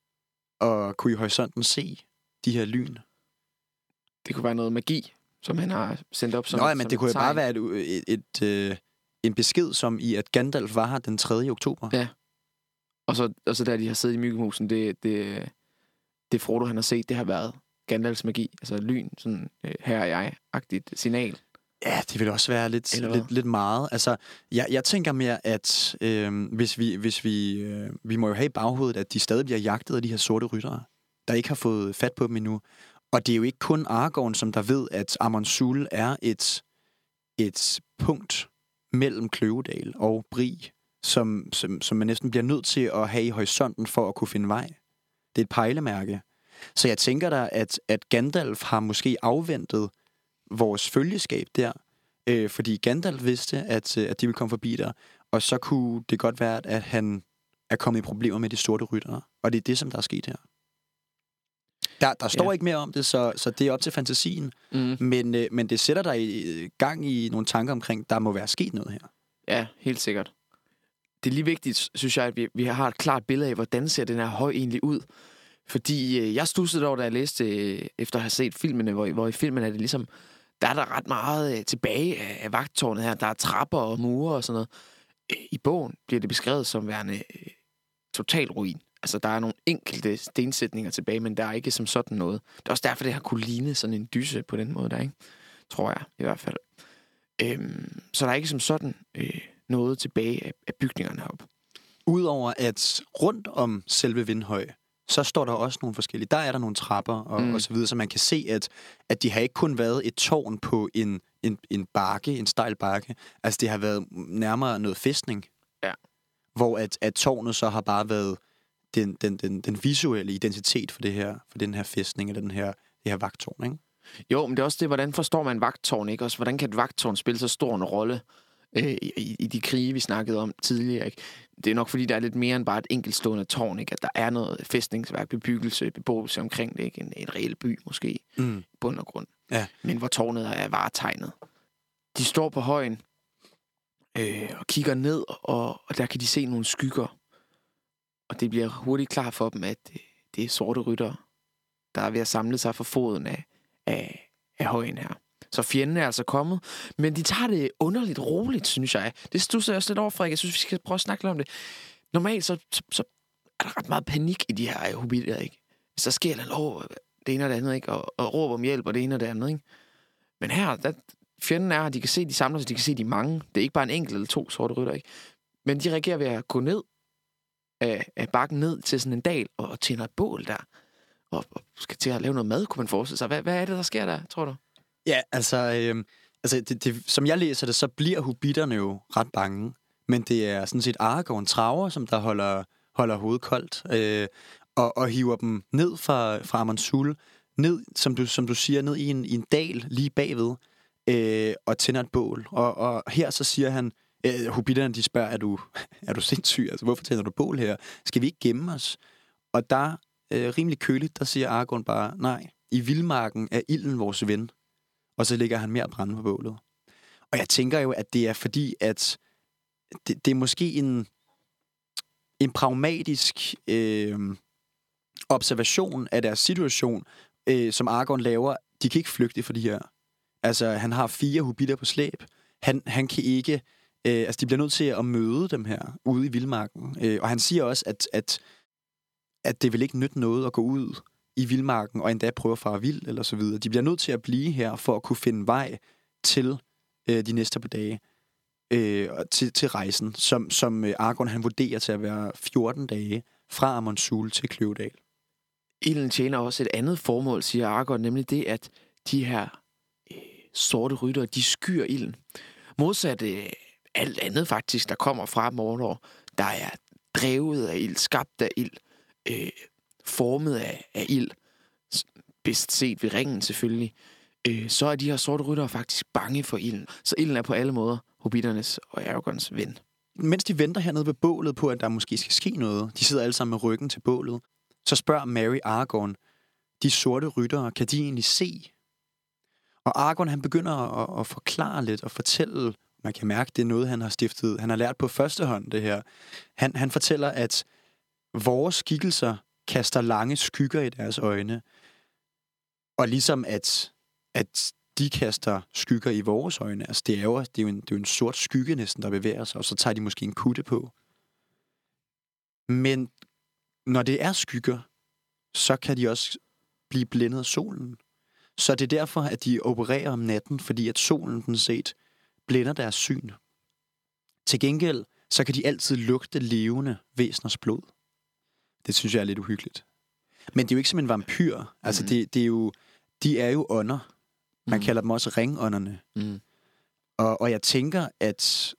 [SPEAKER 2] og kunne i horisonten se de her lyn.
[SPEAKER 3] Det kunne være noget magi, som han har sendt op som...
[SPEAKER 2] Nå, men det kunne jo bare være en besked, som i, at Gandalf var her den 3. oktober.
[SPEAKER 3] Ja. Og så der, de har siddet i Myggemosen, det Frodo, han har set, det har været Gandalfs magi. Altså lyn, sådan her er jeg-agtigt signal.
[SPEAKER 2] Ja, det vil også være lidt meget. Altså, jeg tænker mere, at hvis vi må jo have i baghovedet, at de stadig bliver jagtet af de her sorte ryttere, der ikke har fået fat på dem endnu. Og det er jo ikke kun Aragorn, som der ved, at Amon Sul er et punkt mellem Kløvedal og Bri, som man næsten bliver nødt til at have i horisonten for at kunne finde vej. Det er et pejlemærke. Så jeg tænker da, at Gandalf har måske afventet vores følgeskab der, fordi Gandalf vidste, at de ville komme forbi der, og så kunne det godt være, at han er kommet i problemer med de sorte ryttere. Og det er det, som der er sket her. Der står ikke mere om det, så det er op til fantasien. Men det sætter dig i gang i nogle tanker omkring, der må være sket noget her.
[SPEAKER 3] Ja, helt sikkert. Det er lige vigtigt, synes jeg, at vi har et klart billede af, hvordan ser den her høj egentlig ud. Fordi jeg studsede over, da jeg læste, efter at have set filmene, hvor i filmen er det ligesom, der er der ret meget tilbage af vagttårnet her. Der er trapper og mure og sådan noget. I bogen bliver det beskrevet som værende total ruin. Altså, der er nogle enkelte stensætninger tilbage, men der er ikke som sådan noget. Det er også derfor, det har kunne ligne sådan en dyse på den måde der, ikke? Tror jeg, i hvert fald. Så der er ikke som sådan noget tilbage af bygningerne heroppe.
[SPEAKER 2] Udover at rundt om selve Vindhøj, så står der også nogle forskellige. Der er der nogle trapper og så videre, så man kan se, at de har ikke kun været et tårn på en bakke, en stejl bakke. Altså, det har været nærmere noget fæstning.
[SPEAKER 3] Ja.
[SPEAKER 2] Hvor at tårnet så har bare været den visuelle identitet for den her fæstning, eller det her vagttårn, ikke?
[SPEAKER 3] Jo, men det er også det, hvordan forstår man vagttårn, ikke? Også hvordan kan et vagttårn spille så stor en rolle i de krige, vi snakkede om tidligere, ikke? Det er nok, fordi der er lidt mere end bare et enkeltstående tårn, ikke? At der er noget fæstningsværk, beboelse omkring det, ikke? En reel by, måske, i bund og grund. Ja. Men hvor tårnet er varetegnet. De står på højen og kigger ned, og der kan de se nogle skygger. Og det bliver hurtigt klar for dem, at det er sorte ryttere, der er ved at samle sig for foden af højen her. Så fjenden er altså kommet, men de tager det underligt roligt, synes jeg. Det stusser jeg også lidt over, Frederik. Jeg synes, vi skal prøve at snakke lidt om det. Normalt så er der ret meget panik i de her hobitter, ikke? Hvis der sker det ene og det andet, ikke? Og råber om hjælp, og det ene og det andet, ikke? Men her, fjenden er, de kan se, de samler sig, de kan se, de er mange. Det er ikke bare en enkelt eller 2 sorte rytter, ikke? Men de reagerer ved at gå ned af bakken ned til sådan en dal og tænder et bål der. og skal til at lave noget mad, kunne man forestille sig. Hvad er det, der sker der, tror du?
[SPEAKER 2] Ja, altså som jeg læser det, så bliver hobitterne jo ret bange. Men det er sådan set Aragorn Traver, som der holder hovedet koldt, og hiver dem ned fra Amon Sul, ned, som du siger, ned i en dal lige bagved, og tænder et bål. Og her så siger han, hobitterne, de spørger, er du sindssyg? Altså, hvorfor tænder du bål her? Skal vi ikke gemme os? Og der, rimelig køligt, der siger Aragorn bare, nej, i vildmarken er ilden vores ven. Og så lægger han mere brænde på bålet. Og jeg tænker jo, at det er fordi, at det er måske en pragmatisk observation af deres situation, som Aragorn laver. De kan ikke flygte for de her. Altså, han har 4 hobitter på slæb. Han kan ikke... de bliver nødt til at møde dem her ude i vildmarken. Og han siger også, at det vil ikke nytte noget at gå ud i vildmarken og endda prøve at fare vild eller så videre. De bliver nødt til at blive her for at kunne finde vej til de næste par dage til rejsen, som Aragorn han vurderer til at være 14 dage fra Amon Sul til Kløvedal.
[SPEAKER 3] Ilden tjener også et andet formål, siger Aragorn, nemlig det, at de her sorte ryttere, de skyer ilden. Modsat alt andet faktisk, der kommer fra Mordor, der er drevet af ild, skabt af ild, formet af ild, bedst set ved ringen selvfølgelig, så er de her sorte ryttere faktisk bange for ilden. Så ilden er på alle måder hobitternes og Aragorns ven.
[SPEAKER 2] Mens de venter hernede ved bålet på, at der måske skal ske noget, de sidder alle sammen med ryggen til bålet, så spørger Merry Aragorn, de sorte ryttere, kan de egentlig se? Og Aragorn han begynder at forklare lidt og fortælle, man kan mærke, det er noget, han har stiftet, han har lært på første hånd det her. Han fortæller, at vores skikkelser kaster lange skygger i deres øjne, og ligesom at de kaster skygger i vores øjne, altså det er jo en sort skygge næsten, der bevæger sig, og så tager de måske en kutte på. Men når det er skygger, så kan de også blive blændet af solen. Så det er derfor, at de opererer om natten, fordi at solen den set blænder deres syn. Til gengæld, så kan de altid lugte levende væseners blod. Det synes jeg er lidt uhyggeligt. Men det er jo ikke som en vampyr. Altså, de er jo ånder. Man kalder dem også ringånderne. Mm. Og jeg tænker, at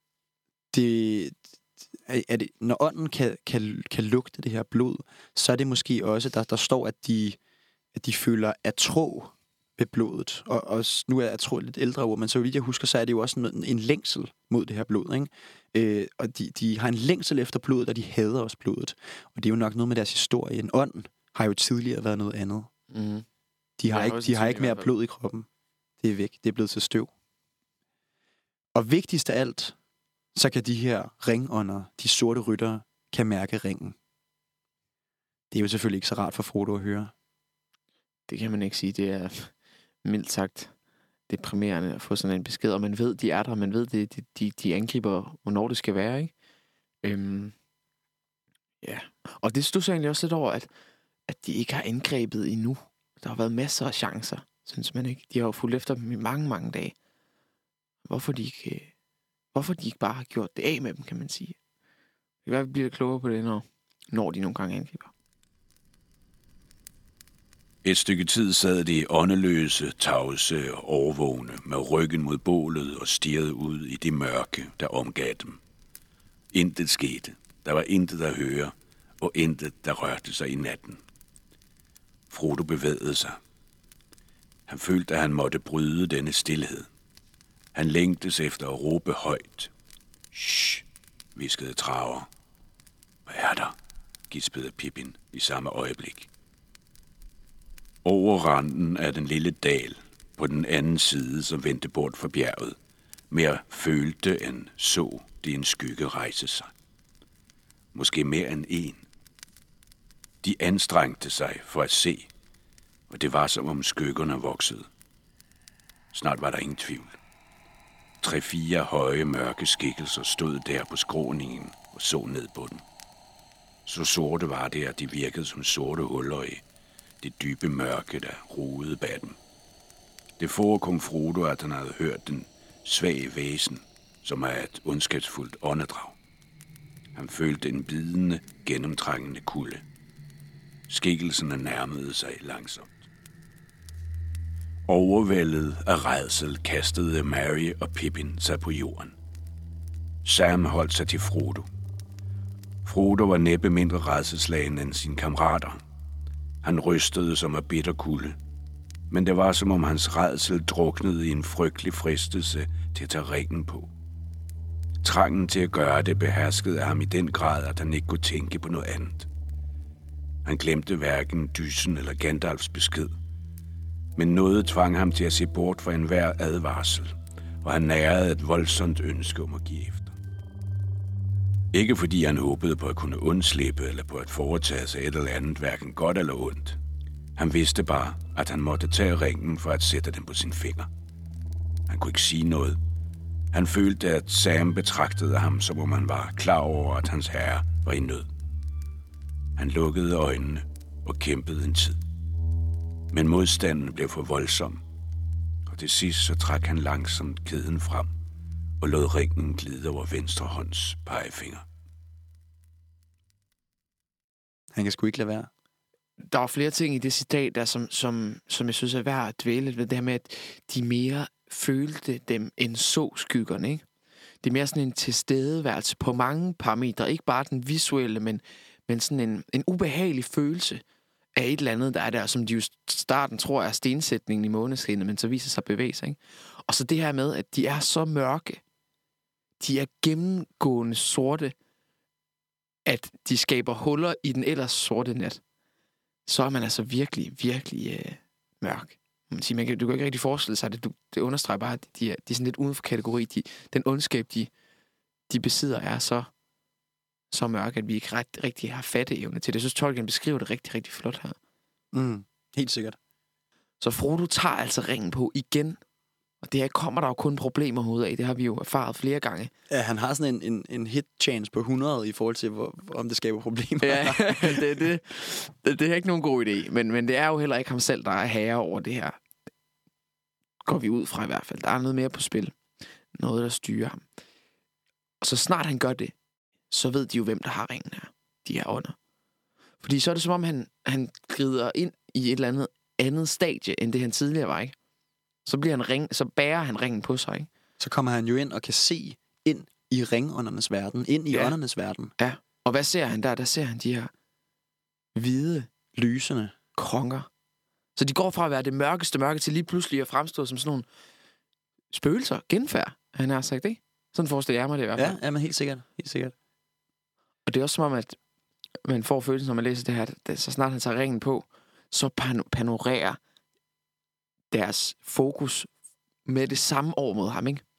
[SPEAKER 2] når ånden kan lugte det her blod, så er det måske også, der står, at de føler atro ved blodet. Og nu er atro lidt ældre ord, men så vidt jeg husker, så er det jo også en længsel mod det her blod, ikke? Og de har en længsel efter blodet, og de hader også blodet. Og det er jo nok noget med deres historie. En ånd har jo tidligere været noget andet. Mm. De har ikke mere blod i kroppen. Det er væk. Det er blevet til støv. Og vigtigst af alt, så kan de her ringånder, de sorte ryttere, kan mærke ringen. Det er jo selvfølgelig ikke så rart for Frodo at høre.
[SPEAKER 3] Det kan man ikke sige. Det er mildt sagt deprimerende at få sådan en besked, og man ved, de er der, man ved, de angriber, hvornår det skal være, ikke? Ja. Og det stod så egentlig også lidt over, at de ikke har angrebet endnu. Der har været masser af chancer, synes man ikke. De har jo fulgt efter dem i mange, mange dage. Hvorfor de ikke bare har gjort det af med dem, kan man sige. Det kan være, vi bliver klogere på det, når de nogle gange angriber.
[SPEAKER 1] Et stykke tid sad de åndeløse, tavse og overvågne med ryggen mod bålet og stirrede ud i det mørke, der omgav dem. Intet skete. Der var intet at høre, og intet, der rørte sig i natten. Frodo bevægede sig. Han følte, at han måtte bryde denne stilhed. Han længtes efter at råbe højt. Shh, hviskede Traver. Hvad er der? Gispede Pippin i samme øjeblik. Over randen af den lille dal, på den anden side, som vendte bort fra bjerget, mere følte end så det en skygge rejse sig. Måske mere end en. De anstrengte sig for at se, og det var som om skyggerne voksede. Snart var der ingen tvivl. 3-4 høje, mørke skikkelser stod der på skråningen og så ned på den. Så sorte var det, at de virkede som sorte huller i det dybe mørke, der rodede bag dem. Det forekom Frodo, at han havde hørt den svage væsen, som er et ondskabsfuldt åndedrag. Han følte en bidende, gennemtrængende kulde. Skikkelserne nærmede sig langsomt. Overvældet af rædsel kastede Merry og Pippin sig på jorden. Sam holdt sig til Frodo. Frodo var næppe mindre rædselsslagen end sine kammerater. Han rystede som af bitter kulde, men det var som om hans rædsel druknede i en frygtelig fristelse til at tage ringen på. Trangen til at gøre det beherskede ham i den grad, at han ikke kunne tænke på noget andet. Han glemte hverken dysen eller Gandalfs besked, men noget tvang ham til at se bort fra enhver advarsel, og han nærede et voldsomt ønske om at give efter. Ikke fordi han håbede på at kunne undslippe eller på at foretage sig et eller andet, hverken godt eller ondt. Han vidste bare, at han måtte tage ringen for at sætte den på sin finger. Han kunne ikke sige noget. Han følte, at Sam betragtede ham, som om han var klar over, at hans herre var i nød. Han lukkede øjnene og kæmpede en tid. Men modstanden blev for voldsom, og til sidst så trak han langsomt kæden frem og lod ringen glide over venstre hånds pegefinger.
[SPEAKER 2] Han kan sgu ikke lade være.
[SPEAKER 3] Der var flere ting i det citat, der, som jeg synes er værd at dvæle ved. Det her med, at de mere følte dem end så skyggerne, ikke? Det er mere sådan en tilstedeværelse på mange parametre. Ikke bare den visuelle, men sådan en ubehagelig følelse af et eller andet, der er der, som de jo starten tror er stensætningen i måneskinnet, men så viser sig bevæge sig, ikke? Og så det her med, at de er så mørke. De er gennemgående sorte, at de skaber huller i den ellers sorte nat. Så er man altså virkelig, virkelig mørk. Du kan ikke rigtig forestille sig det. Det understreger bare, at de er sådan lidt uden for kategori. Den ondskab, de besidder, er så mørk, at vi ikke rigtig har fatteevne til det. Jeg synes, Tolkien beskriver det rigtig, rigtig flot her.
[SPEAKER 2] Helt sikkert.
[SPEAKER 3] Så Frodo tager altså ringen på igen. Og det her kommer der jo kun problemer ud af. Det har vi jo erfaret flere gange.
[SPEAKER 2] Ja, han har sådan en hit chance på 100 i forhold til, om det skaber problemer.
[SPEAKER 3] Ja, det er ikke nogen god idé. Men det er jo heller ikke ham selv, der er herre over det her. Går vi ud fra i hvert fald. Der er noget mere på spil. Noget, der styrer ham. Og så snart han gør det, så ved de jo, hvem der har ringen her. De her ånder. Fordi så er det som om, han glider ind i et eller andet stadie, end det han tidligere var, ikke? Så bærer han ringen på sig, ikke?
[SPEAKER 2] Så kommer han jo ind og kan se ind i ringåndernes verden, ind i åndernes verden.
[SPEAKER 3] Ja, og hvad ser han der? Der ser han de her hvide,
[SPEAKER 2] lysende
[SPEAKER 3] konger. Så de går fra at være det mørkeste mørke til lige pludselig at fremstå som sådan nogle spøgelser, genfærd, han har sagt, ikke? Sådan forestiller jeg mig det i hvert fald.
[SPEAKER 2] Ja, men helt sikkert. Helt sikkert.
[SPEAKER 3] Og det er også som om, at man får følelsen, når man læser det her, at så snart han tager ringen på, så panorerer deres fokus med det samme over mod ham, ikke?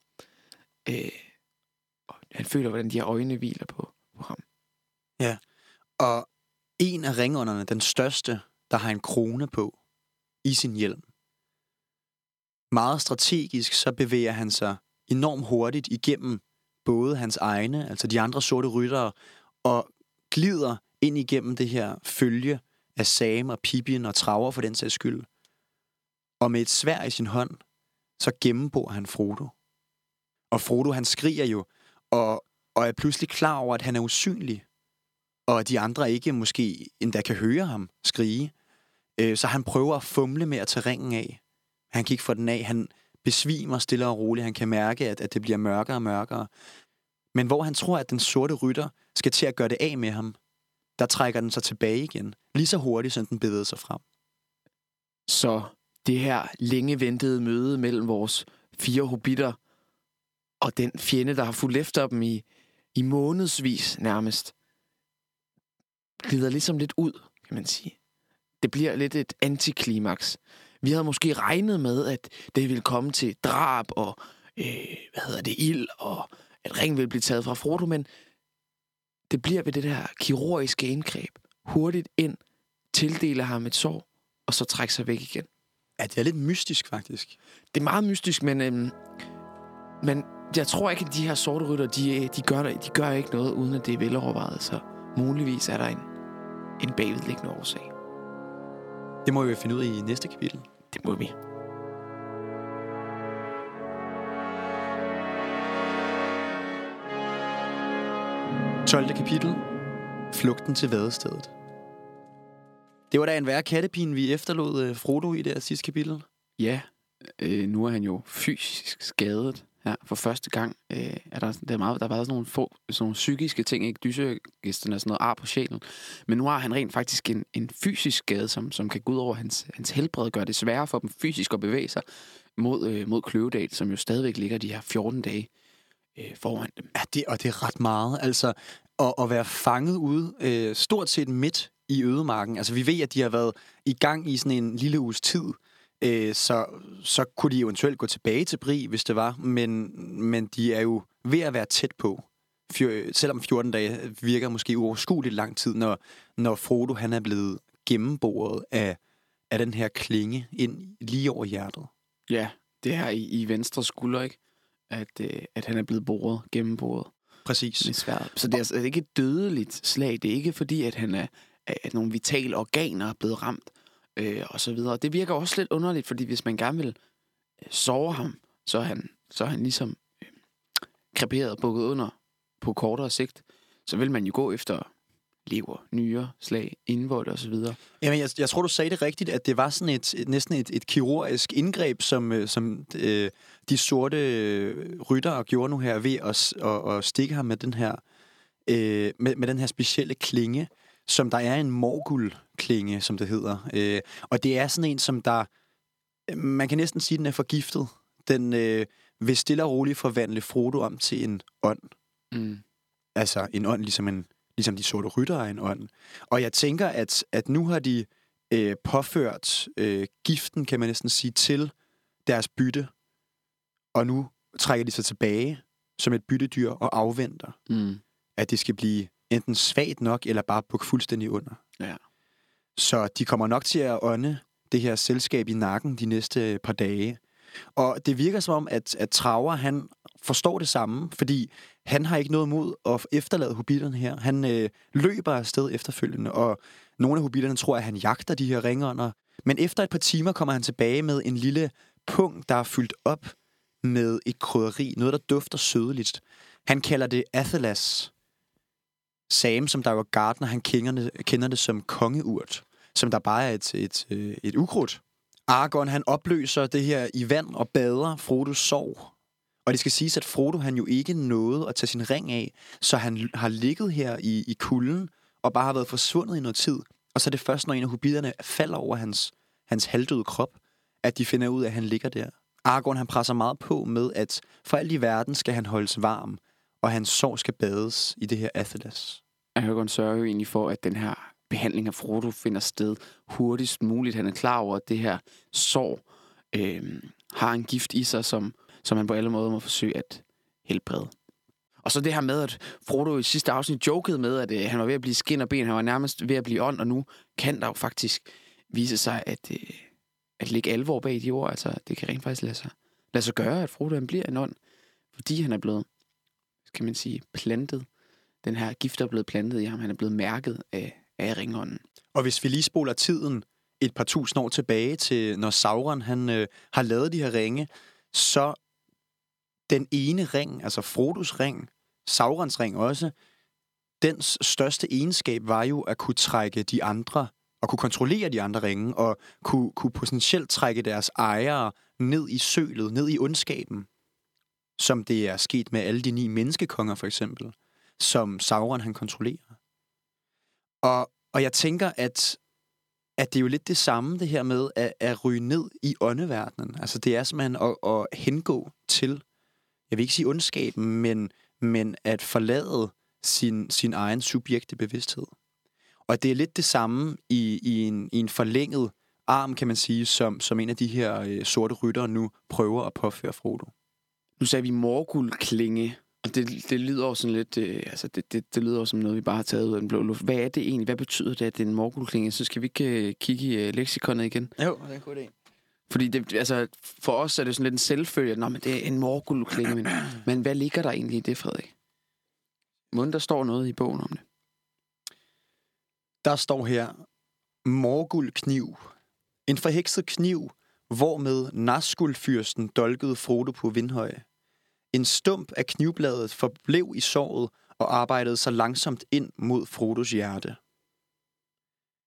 [SPEAKER 3] Han føler, hvordan de her øjne hviler på ham.
[SPEAKER 2] Ja, og en af ringånderne, den største, der har en krone på i sin hjelm. Meget strategisk, så bevæger han sig enormt hurtigt igennem både hans egne, altså de andre sorte ryttere, og glider ind igennem det her følge af Sam og Pippin og Traver for den sags skyld. Og med et sværd i sin hånd, så gennembor han Frodo. Og Frodo, han skriger jo, og er pludselig klar over, at han er usynlig. Og at de andre ikke måske endda kan høre ham skrige. Så han prøver at fumle med at tage ringen af. Han kan ikke få den af. Han besvimer stille og roligt. Han kan mærke, at det bliver mørkere og mørkere. Men hvor han tror, at den sorte rytter skal til at gøre det af med ham, der trækker den sig tilbage igen. Lige så hurtigt, som den bevæger sig frem.
[SPEAKER 3] Så det her længe ventede møde mellem vores 4 hobitter og den fjende, der har fulgt efter dem i månedsvis nærmest, glider ligesom lidt ud, kan man sige. Det bliver lidt et antiklimaks. Vi havde måske regnet med, at det ville komme til drab og ild, og at ringen ville blive taget fra Frodo, men det bliver ved det der kirurgiske indgreb. Hurtigt ind, tildeler ham et sår, og så trækker sig væk igen.
[SPEAKER 2] Ja, det er lidt mystisk, faktisk.
[SPEAKER 3] Det er meget mystisk, men jeg tror ikke, at de her sorte rytter, de gør ikke noget, uden at det er velovervejet. Så muligvis er der en bagvedliggende årsag.
[SPEAKER 2] Det må vi finde ud i næste kapitel.
[SPEAKER 3] Det må vi.
[SPEAKER 2] – 12. kapitel. Flugten til vadestedet. Det var da en værre kattepine, vi efterlod Frodo i det her sidste kapitel.
[SPEAKER 3] Ja, nu er han jo fysisk skadet her for første gang. Der har været sådan nogle psykiske ting, ikke? Dysegæsterne og sådan noget ar på sjælen. Men nu har han rent faktisk en fysisk skade, som kan gå ud over hans helbred, gør det sværere for dem fysisk at bevæge sig mod Kløvedal, som jo stadigvæk ligger de her 14 dage foran dem.
[SPEAKER 2] Ja, det er ret meget. Altså, at være fanget ude stort set midt i ødemarken. Altså, vi ved, at de har været i gang i sådan en lille uges tid, så kunne de eventuelt gå tilbage til Bri, hvis det var, men de er jo ved at være tæt på. Selvom 14 dage virker måske uoverskueligt lang tid, når Frodo han er blevet gennemboret af den her klinge ind lige over hjertet.
[SPEAKER 3] Ja, det er i venstre skulder, ikke? At han er blevet gennemboret.
[SPEAKER 2] Præcis.
[SPEAKER 3] Med sværd. Så det er altså ikke et dødeligt slag. Det er ikke fordi, at nogle vitale organer er blevet ramt, og så videre. Det virker også lidt underligt, fordi hvis man gerne vil såre ham, så er han ligesom kreperet og bukket under på kortere sigt. Så vil man jo gå efter lever, nyre, slag, indvold og så videre.
[SPEAKER 2] Jamen, jeg tror, du sagde det rigtigt, at det var sådan næsten et kirurgisk indgreb, som de sorte ryttere gjorde nu her ved at stikke ham med den her med den her specielle klinge, som der er en morgul-klinge, som det hedder. Og det er sådan en, som der man kan næsten sige, den er forgiftet. Den vil stille og roligt forvandle Frodo om til en ånd. Mm. Altså en ånd, ligesom de sorte ryttere er en ånd. Og jeg tænker, at nu har de påført giften, kan man næsten sige, til deres bytte. Og nu trækker de sig tilbage som et byttedyr og afventer, at det skal blive enten svagt nok, eller bare bukke fuldstændig under.
[SPEAKER 3] Ja.
[SPEAKER 2] Så de kommer nok til at ånde det her selskab i nakken de næste par dage. Og det virker som om, at Traver, han forstår det samme, fordi han har ikke noget mod at efterlade hobitterne her. Han løber afsted efterfølgende, og nogle af hobitterne tror, at han jagter de her ringånder. Men efter et par timer kommer han tilbage med en lille pung, der er fyldt op med et krydderi. Noget, der dufter sødeligt. Han kalder det Athelas. Sam, som der var gartner, han kender det som kongeurt, som der bare er et ukrudt. Aragorn, han opløser det her i vand og bader Frodos sorg. Og det skal siges, at Frodo han jo ikke nåede at tage sin ring af, så han har ligget her i kulden og bare har været forsvundet i noget tid. Og så er det først, når en af hobitterne falder over hans halvdøde krop, at de finder ud af, at han ligger der. Aragorn, han presser meget på med, at for alt i verden skal han holdes varm, og hans sorg skal bades i det her Athelas.
[SPEAKER 3] Aragorn sørger jo egentlig for, at den her behandling af Frodo finder sted hurtigst muligt. Han er klar over, at det her sorg har en gift i sig, som han på alle måder må forsøge at helbrede. Og så det her med, at Frodo i sidste afsnit jokede med, at han var ved at blive skin og ben, han var nærmest ved at blive ånd, og nu kan der jo faktisk vise sig, at lægge alvor bag de ord. Altså, det kan rent faktisk lade sig gøre, at Frodo han bliver en ånd, fordi han er blevet, kan man sige, plantet. Den her gift er blevet plantet i ham. Han er blevet mærket af ringånden.
[SPEAKER 2] Og hvis vi lige spoler tiden et par tusind år tilbage til, når Sauron han har lavet de her ringe, så den ene ring, altså Frodos ring, Saurons ring også, dens største egenskab var jo at kunne trække de andre, og kunne kontrollere de andre ringe, og kunne potentielt trække deres ejere ned i sølet, ned i ondskaben, som det er sket med alle de 9 menneskekonger for eksempel, som Sauron han kontrollerer. Og jeg tænker, at det er jo lidt det samme, det her med at ryge ned i åndeverdenen. Altså det er simpelthen at hengå til, jeg vil ikke sige ondskaben, men at forlade sin egen subjekte bevidsthed. Og det er lidt det samme i en forlænget arm, kan man sige, som en af de her sorte ryttere nu prøver at påføre Frodo.
[SPEAKER 3] Nu sagde vi morgul-klinge, og det lyder også sådan lidt, det lyder også som noget, vi bare har taget ud af den blå luft. Hvad er det egentlig? Hvad betyder det, at det er en morgul-klinge? Så skal vi ikke kigge i leksikonet igen?
[SPEAKER 2] Jo, det er en god idé.
[SPEAKER 3] Fordi for os er det sådan lidt en selvfølge, at det er en morgul-klinge, men hvad ligger der egentlig i det, Frederik? Måden, der står noget i bogen om det.
[SPEAKER 2] Der står her, morgul-kniv. En forhekset kniv, hvormed Nazgul-fyrsten dolkede Frodo på Vindhøje. En stump af knivbladet forblev i såret og arbejdede sig langsomt ind mod Frodos hjerte.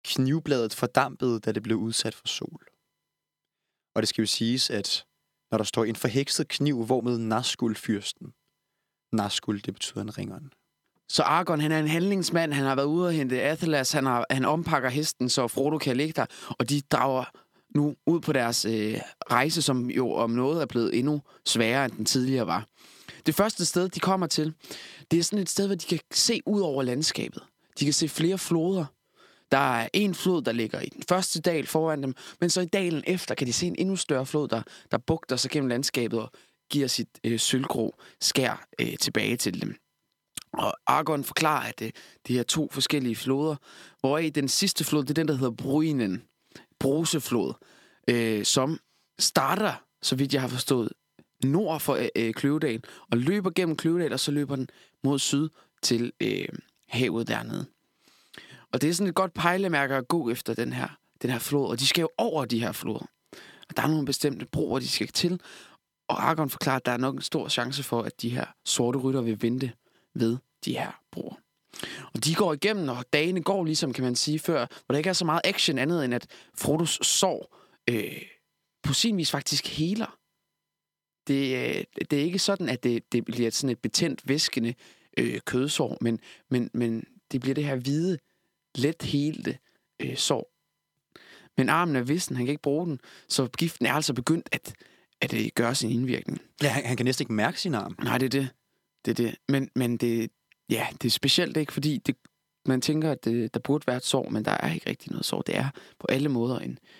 [SPEAKER 2] knivbladet fordampede, da det blev udsat for sol. Og det skal jo siges, at når der står en forhekset kniv, hvormed Nazgul-fyrsten. Nazgul, det betyder en ringeren.
[SPEAKER 3] Så Aragorn, han er en handlingsmand. Han har været ude og hente Athelas. Han ompakker hesten, så Frodo kan ligge der. Og de drager nu ud på deres rejse, som jo om noget er blevet endnu sværere, end den tidligere var. Det første sted, de kommer til, det er sådan et sted, hvor de kan se ud over landskabet. De kan se flere floder. Der er en flod, der ligger i den første dal foran dem, men så i dalen efter kan de se en endnu større flod, der bugter sig gennem landskabet og giver sit sølvgrå skær tilbage til dem. Og Aragorn forklarer, at det er 2 forskellige floder, hvoraf den sidste flod, det er den, der hedder Bruinen, Bruseflod, som starter, så vidt jeg har forstået, nord for Kløvedal, og løber gennem Kløvedal, og så løber den mod syd til havet dernede. Og det er sådan et godt pejlemærke at gå efter den her flod, og de skal jo over de her floder. Og der er nogle bestemte broer, de skal til, og Aragorn forklarer, at der er nok en stor chance for, at de her sorte rytter vil vente ved de her broer. Og de går igennem, og dagene går ligesom, kan man sige, før, hvor der ikke er så meget action andet, end at Frodos sår på sin vis faktisk heler. Det er ikke sådan, at det bliver sådan et betændt, væskende kødsår, men det bliver det her hvide, let helte sår. Men armen er vissen, han kan ikke bruge den, så giften er altså begyndt at gøre sin indvirkning.
[SPEAKER 2] Ja, han kan næsten ikke mærke sin arm.
[SPEAKER 3] Nej, det er det. Men det er specielt ikke, fordi man tænker, at der burde være et sår, men der er ikke rigtig noget sår. Det er på alle måder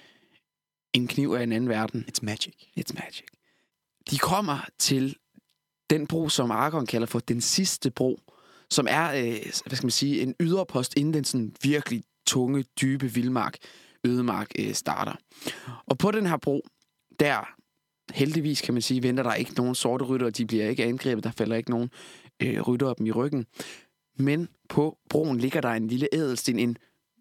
[SPEAKER 3] en kniv af en anden verden.
[SPEAKER 2] It's magic.
[SPEAKER 3] De kommer til den bro, som Aragorn kalder for den sidste bro, som er, en yderpost inden den sådan virkelig tunge, dybe vildmark, ødemark starter. Og på den her bro, der heldigvis, kan man sige, venter der ikke nogen sorte rytter, de bliver ikke angrebet, der falder ikke nogen rytter dem i ryggen. Men på broen ligger der en lille ædelsten, en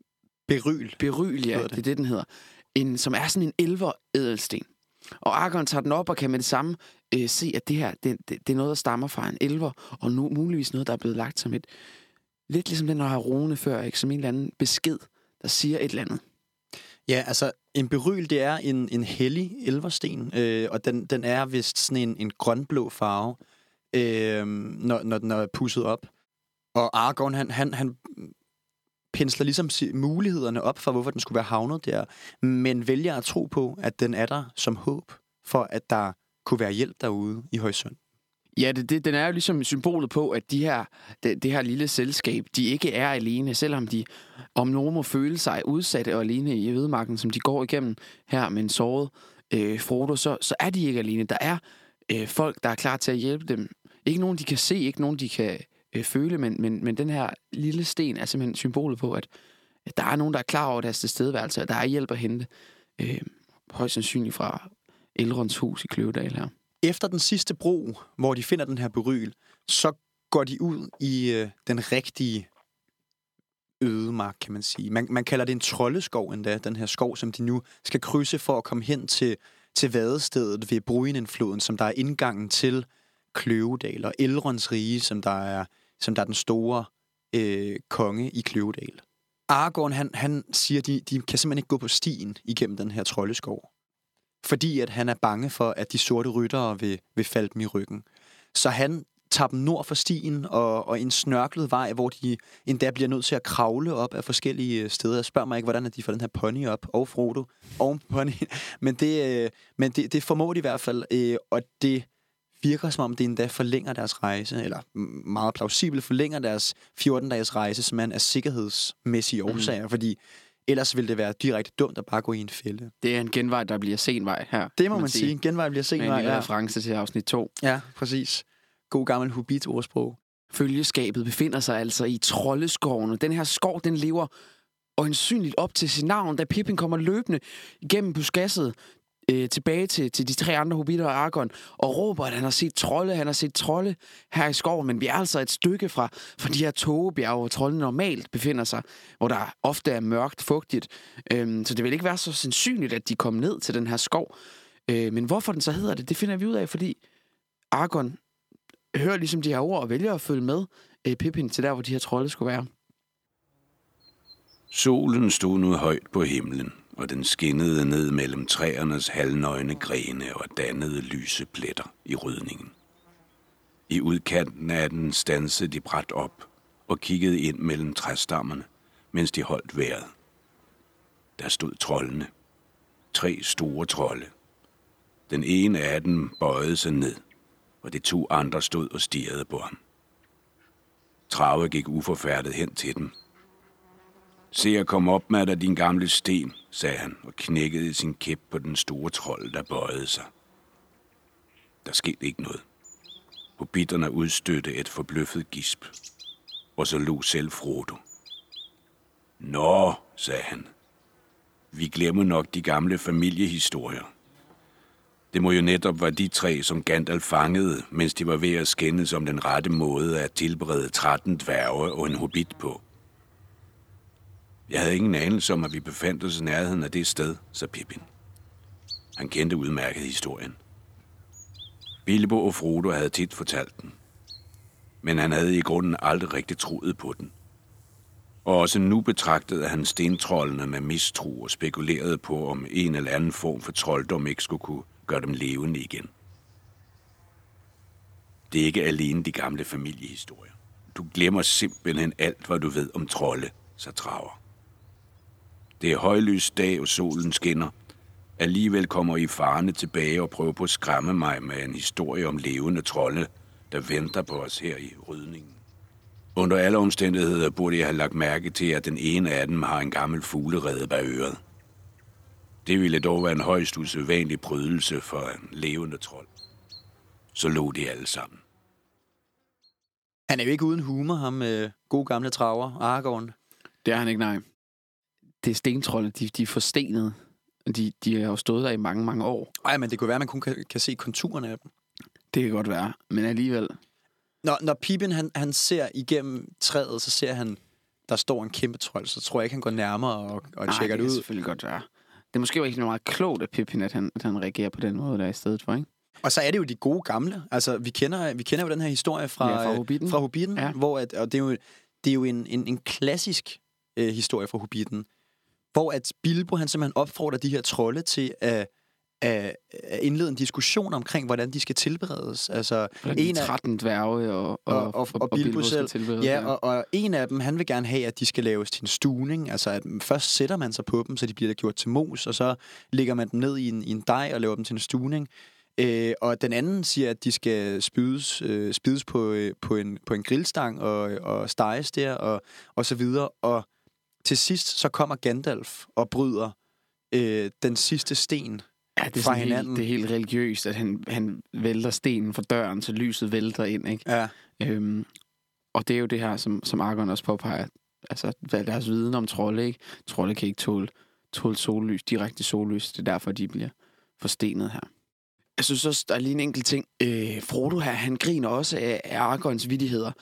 [SPEAKER 3] beryl, ja, det er det, den hedder. Som er sådan en elver-ædelsten. Og Aragorn tager den op og kan med det samme se, at det her, det er noget, der stammer fra en elver, og nu muligvis noget, der er blevet lagt som et, lidt ligesom den, der har rune før, ikke? Som en eller anden besked, der siger et eller andet.
[SPEAKER 2] Ja, altså en beryl, det er en hellig elversten, og den er vist sådan en grønblå farve, når den er pusset op. Og Aragorn, han pensler ligesom mulighederne op for, hvorfor den skulle være havnet der, men vælger at tro på, at den er der som håb, for at der kunne være hjælp derude i horisonten.
[SPEAKER 3] Ja, den er jo ligesom symbolet på, at det her lille selskab, de ikke er alene, selvom de om nogen må føle sig udsatte og alene i ødemarken, som de går igennem her med en såret Frodo, så er de ikke alene. Der er folk, der er klar til at hjælpe dem. Ikke nogen, de kan se, ikke nogen, de kan føle, men den her lille sten er simpelthen symbolet på, at der er nogen, der er klar over deres tilstedeværelse, og der er hjælp at hente. Højst sandsynligt fra Elrons hus i Kløvedal her.
[SPEAKER 2] Efter den sidste bro, hvor de finder den her beryl, så går de ud i den rigtige ødemark, kan man sige. Man kalder det en troldeskov endda, den her skov, som de nu skal krydse for at komme hen til vadestedet ved Bruinen-floden, som der er indgangen til Kløvedal, og Elrons rige, som der er den store konge i Kløvedal. Aragorn, han siger, de kan simpelthen ikke gå på stien igennem den her troldeskov, fordi at han er bange for, at de sorte ryttere vil falde dem i ryggen. Så han tager dem nord for stien og en snørklet vej, hvor de endda bliver nødt til at kravle op af forskellige steder. Jeg spørger mig ikke, hvordan de får den her pony op, og Frodo oven på pony. Men det formår de i hvert fald, og det virker som om, det endda forlænger deres rejse, eller meget plausibelt forlænger deres 14-dages rejse, som er af sikkerhedsmæssige årsager, fordi ellers ville det være direkte dumt at bare gå i en fælde.
[SPEAKER 3] Det er en genvej, der bliver senvej her.
[SPEAKER 2] Det må man sige. En genvej bliver senvej.
[SPEAKER 3] Med en lille reference til afsnit 2.
[SPEAKER 2] Ja, præcis. God gammel Hobbit-ordsprog.
[SPEAKER 3] Følgeskabet befinder sig altså i Troldeskoven, og den her skov, den lever øjensynligt op til sit navn, da Pippin kommer løbende igennem buskasset tilbage til de 3 andre hobbiter og Aragorn, og råber, at han har set trolde her i skoven, men vi er altså et stykke fra de her tågebjerge, hvor trolde normalt befinder sig, hvor der ofte er mørkt, fugtigt, så det vil ikke være så sandsynligt, at de kommer ned til den her skov. Men hvorfor den så hedder det finder vi ud af, fordi Aragorn hører ligesom de her ord og vælger at følge med Pippin til der, hvor de her trolde skulle være.
[SPEAKER 1] Solen stod nu højt på himlen, og den skinnede ned mellem træernes halvnøgne grene og dannede lyse pletter i rydningen. I udkanten af den stansede de brat op og kiggede ind mellem træstammerne, mens de holdt vejret. Der stod troldene. 3 store trolde. Den ene af dem bøjede sig ned, og de 2 andre stod og stirrede på ham. Trave gik uforfærdet hen til dem. Se at komme op med dig, din gamle sten, sagde han og knækkede sin kæp på den store trold, der bøjede sig. Der skete ikke noget. Hobitterne udstødte et forbløffet gisp, og så lå selv Frodo. Nå, sagde han. Vi glemmer nok de gamle familiehistorier. Det må jo netop være de 3, som Gandalf fangede, mens de var ved at skændes om den rette måde at tilberede 13 dværge og en hobbit på. Jeg havde ingen anelse om, at vi befandt os i nærheden af det sted, sagde Pippin. Han kendte udmærket historien. Bilbo og Frodo havde tit fortalt den, men han havde i grunden aldrig rigtig troet på den. Og også nu betragtede han stentrollene med mistro og spekulerede på, om en eller anden form for trolddom ikke skulle kunne gøre dem levende igen. Det er ikke alene de gamle familiehistorier. Du glemmer simpelthen alt, hvad du ved om trolde, sagde Traver. Det er højlys dag, og solen skinner. Alligevel kommer I farne tilbage og prøver på at skræmme mig med en historie om levende trolde, der venter på os her i rydningen. Under alle omstændigheder burde jeg have lagt mærke til, at den ene af dem har en gammel fuglerede bag øret. Det ville dog være en højst usædvanlig prydelse for en levende trold. Så lå de alle sammen.
[SPEAKER 2] Han er jo ikke uden humor, ham gode gamle Traver, Aragorn.
[SPEAKER 3] Det er han ikke, nej. Det er stentrolde, de er forstenede. De har jo stået der i mange, mange år.
[SPEAKER 2] Ej, men det kunne være, at man kun kan se konturerne af dem.
[SPEAKER 3] Det kan godt være, men alligevel.
[SPEAKER 2] Når Pippin han ser igennem træet, så ser han, der står en kæmpe trold, så tror jeg ikke, han går nærmere og tjekker det ud.
[SPEAKER 3] Det kan selvfølgelig godt være. Det er måske jo ikke meget klogt af Pippin, at han reagerer på den måde, der er i stedet for, ikke?
[SPEAKER 2] Og så er det jo de gode gamle. Altså, vi kender jo den her historie fra Hobbiten, ja. Hvor og det er jo en klassisk historie fra Hobbiten, hvor at Bilbo han simpelthen opfordrer de her trolde til at indlede en diskussion omkring, hvordan de skal tilberedes. Altså,
[SPEAKER 3] en af 13 dværge og Bilbo selv.
[SPEAKER 2] Ja, og en af dem, han vil gerne have, at de skal laves til en stuning. Altså, at først sætter man sig på dem, så de bliver gjort til mos, og så lægger man dem ned i en dej og laver dem til en stuning. Og den anden siger, at de skal spides på en grillstang og steges der, og så videre. Og til sidst, så kommer Gandalf og bryder den sidste sten.
[SPEAKER 3] Ja, det er det er helt religiøst, at han vælter stenen fra døren, så lyset vælter ind, ikke?
[SPEAKER 2] Ja.
[SPEAKER 3] Og det er jo det her, som Aragorn også påpeger, altså deres viden om trolde, ikke? Trolde kan ikke tåle sollys, direkte sollys, det er derfor, de bliver forstenet her. Jeg synes også, der er lige en enkelt ting. Frodo her, han griner også af Aragorns vittigheder.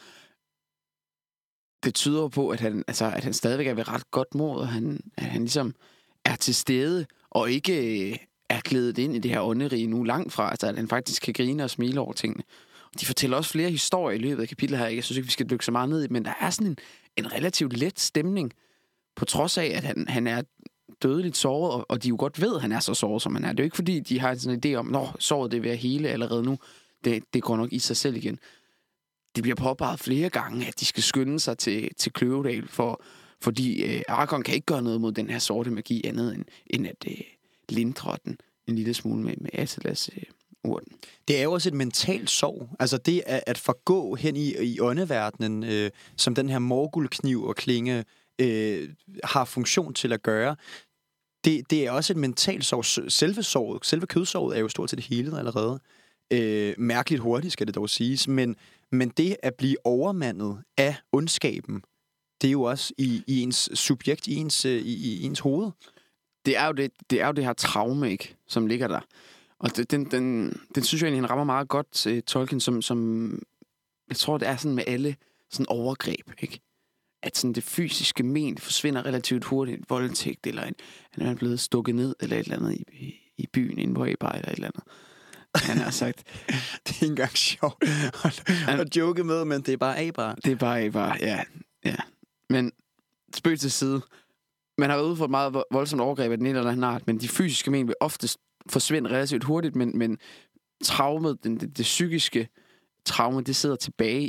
[SPEAKER 3] Det tyder på, at han stadigvæk er ved ret godt mod, og at han ligesom er til stede, og ikke er glædet ind i det her ånderige nu langt fra, altså at han faktisk kan grine og smile over tingene. Og de fortæller også flere historier i løbet af kapitlet her. Jeg synes ikke, vi skal dykke så meget ned i, men der er sådan en relativt let stemning, på trods af, at han er dødeligt såret, og de jo godt ved, at han er så såret, som han er. Det er jo ikke, fordi de har sådan en idé om, såret det er ved at hele allerede nu. Det går nok i sig selv igen. Det bliver påpeget flere gange, at de skal skynde sig til Kløvedal, fordi Aragorn kan ikke gøre noget mod den her sorte magi, andet end at lindre den en lille smule med Attilas urten.
[SPEAKER 2] Det er jo også et mentalt sorg. Altså det at forgå hen i åndeverdenen, som den her morgulkniv og klinge har funktion til at gøre, det er også et mentalt sorg. Selve kødsorget er jo stort set helet allerede. Mærkeligt hurtigt, skal det dog siges, men det at blive overmandet af ondskaben, det er jo også i ens subjekt, i ens hoved.
[SPEAKER 3] Det er jo det her traume, ikke, som ligger der. Og den synes jeg egentlig, han rammer meget godt, Tolkien, som jeg tror, det er sådan med alle sådan overgreb, ikke? At sådan det fysiske men forsvinder relativt hurtigt, en voldtægt, eller han er blevet stukket ned, eller et eller andet i byen, inde på Eber, eller et eller andet. Han har sagt.
[SPEAKER 2] Det er ikke engang sjovt at joke med, men det er bare Eber.
[SPEAKER 3] Det er bare Eber, ja. Men spøg til side. man har været ude for et meget voldsomt overgreb af den ene eller anden art, men de fysiske men vil oftest forsvinde relativt hurtigt, men traumet, det psykiske traume, det sidder tilbage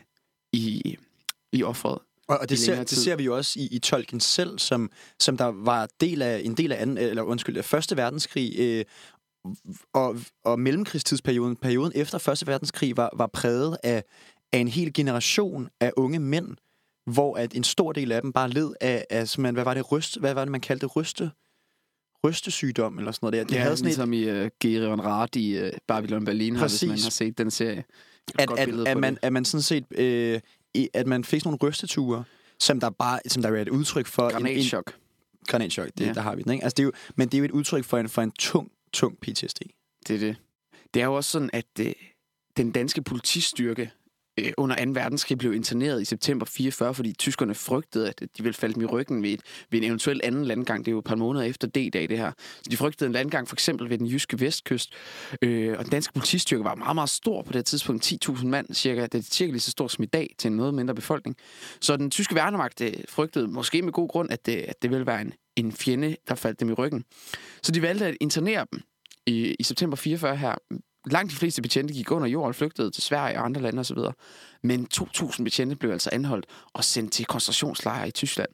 [SPEAKER 3] i offeret.
[SPEAKER 2] Og det ser vi jo også i Tolkien selv, som der var en del af Første Verdenskrig, og mellemkrigstidsperioden, perioden efter Første Verdenskrig, var præget af en hel generation af unge mænd, hvor at en stor del af dem bare led af hvad var det man kaldte rystesygdom eller sådan noget der.
[SPEAKER 3] Det havde sådan ligesom i Gerion Rat i Babylon Berlin, hvis man har set den serie.
[SPEAKER 2] At man sådan set at man fik sådan nogle rysteture, som der er et udtryk for granatchok. Der har vi den, ikke? Altså men det er jo et udtryk for en tung PTSD.
[SPEAKER 3] Det er det. Det er jo også sådan, at den danske politistyrke under 2. verdenskrig blev interneret i september 44, fordi tyskerne frygtede, at de ville falde dem i ryggen ved en eventuel anden landgang. Det er jo et par måneder efter D-dag, det her. Så de frygtede en landgang for eksempel ved den jyske vestkyst. Og den danske politistyrke var meget, meget stor på det tidspunkt. 10.000 mand cirka. Det er cirka lige så stort som i dag til en noget mindre befolkning. Så den tyske værnemagt frygtede måske med god grund, at det ville være en fjende, der faldt dem i ryggen. Så de valgte at internere dem i september 44 her. Langt de fleste betjente gik under jord og flygtede til Sverige og andre lande osv. Men 2.000 betjente blev altså anholdt og sendt til koncentrationslejre i Tyskland.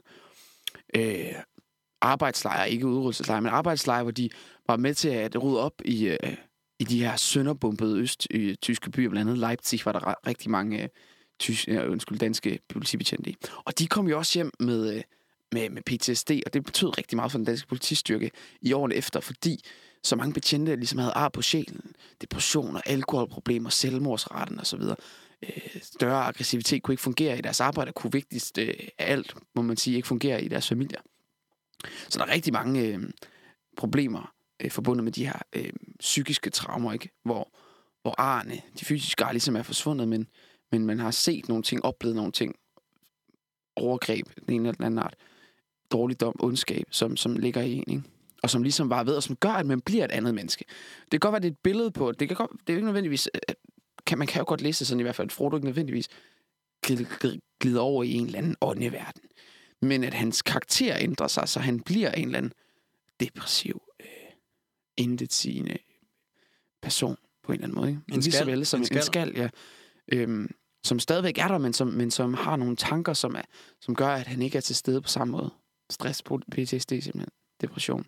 [SPEAKER 3] Arbejdslejre, ikke udryddelseslejre, men arbejdslejre, hvor de var med til at rydde op i de her sønderbombede tyske byer. Blandt andet Leipzig var der rigtig mange danske politibetjente i. Og de kom jo også hjem med PTSD, og det betød rigtig meget for den danske politistyrke i årene efter, fordi så mange betjente ligesom havde ar på sjælen, depressioner, alkoholproblemer, selvmordsraten osv. Større aggressivitet kunne ikke fungere i deres arbejde, kunne vigtigst af alt, må man sige, ikke fungere i deres familier. Så der er rigtig mange problemer forbundet med de her psykiske traumer, ikke? Hvor arne, de fysiske ar ligesom er forsvundet, men man har set nogle ting, oplevet nogle ting, overgreb, den ene eller den anden art, dårligdom, ondskab, som ligger i en, ikke? Og som ligesom var ved, og som gør, at man bliver et andet menneske. Det kan godt være, det er et billede på, det er ikke nødvendigvis, man kan jo godt læse det sådan i hvert fald, at Frodo ikke nødvendigvis glider over i en eller anden åndeverden. Men at hans karakter ændrer sig, så han bliver en eller anden depressiv, intetsigende person på en eller anden måde. Ikke?
[SPEAKER 2] En skal.
[SPEAKER 3] Vel som en skal, ja. Som stadigvæk er der, men som har nogle tanker, som gør, at han ikke er til stede på samme måde. Stress, PTSD simpelthen, depression.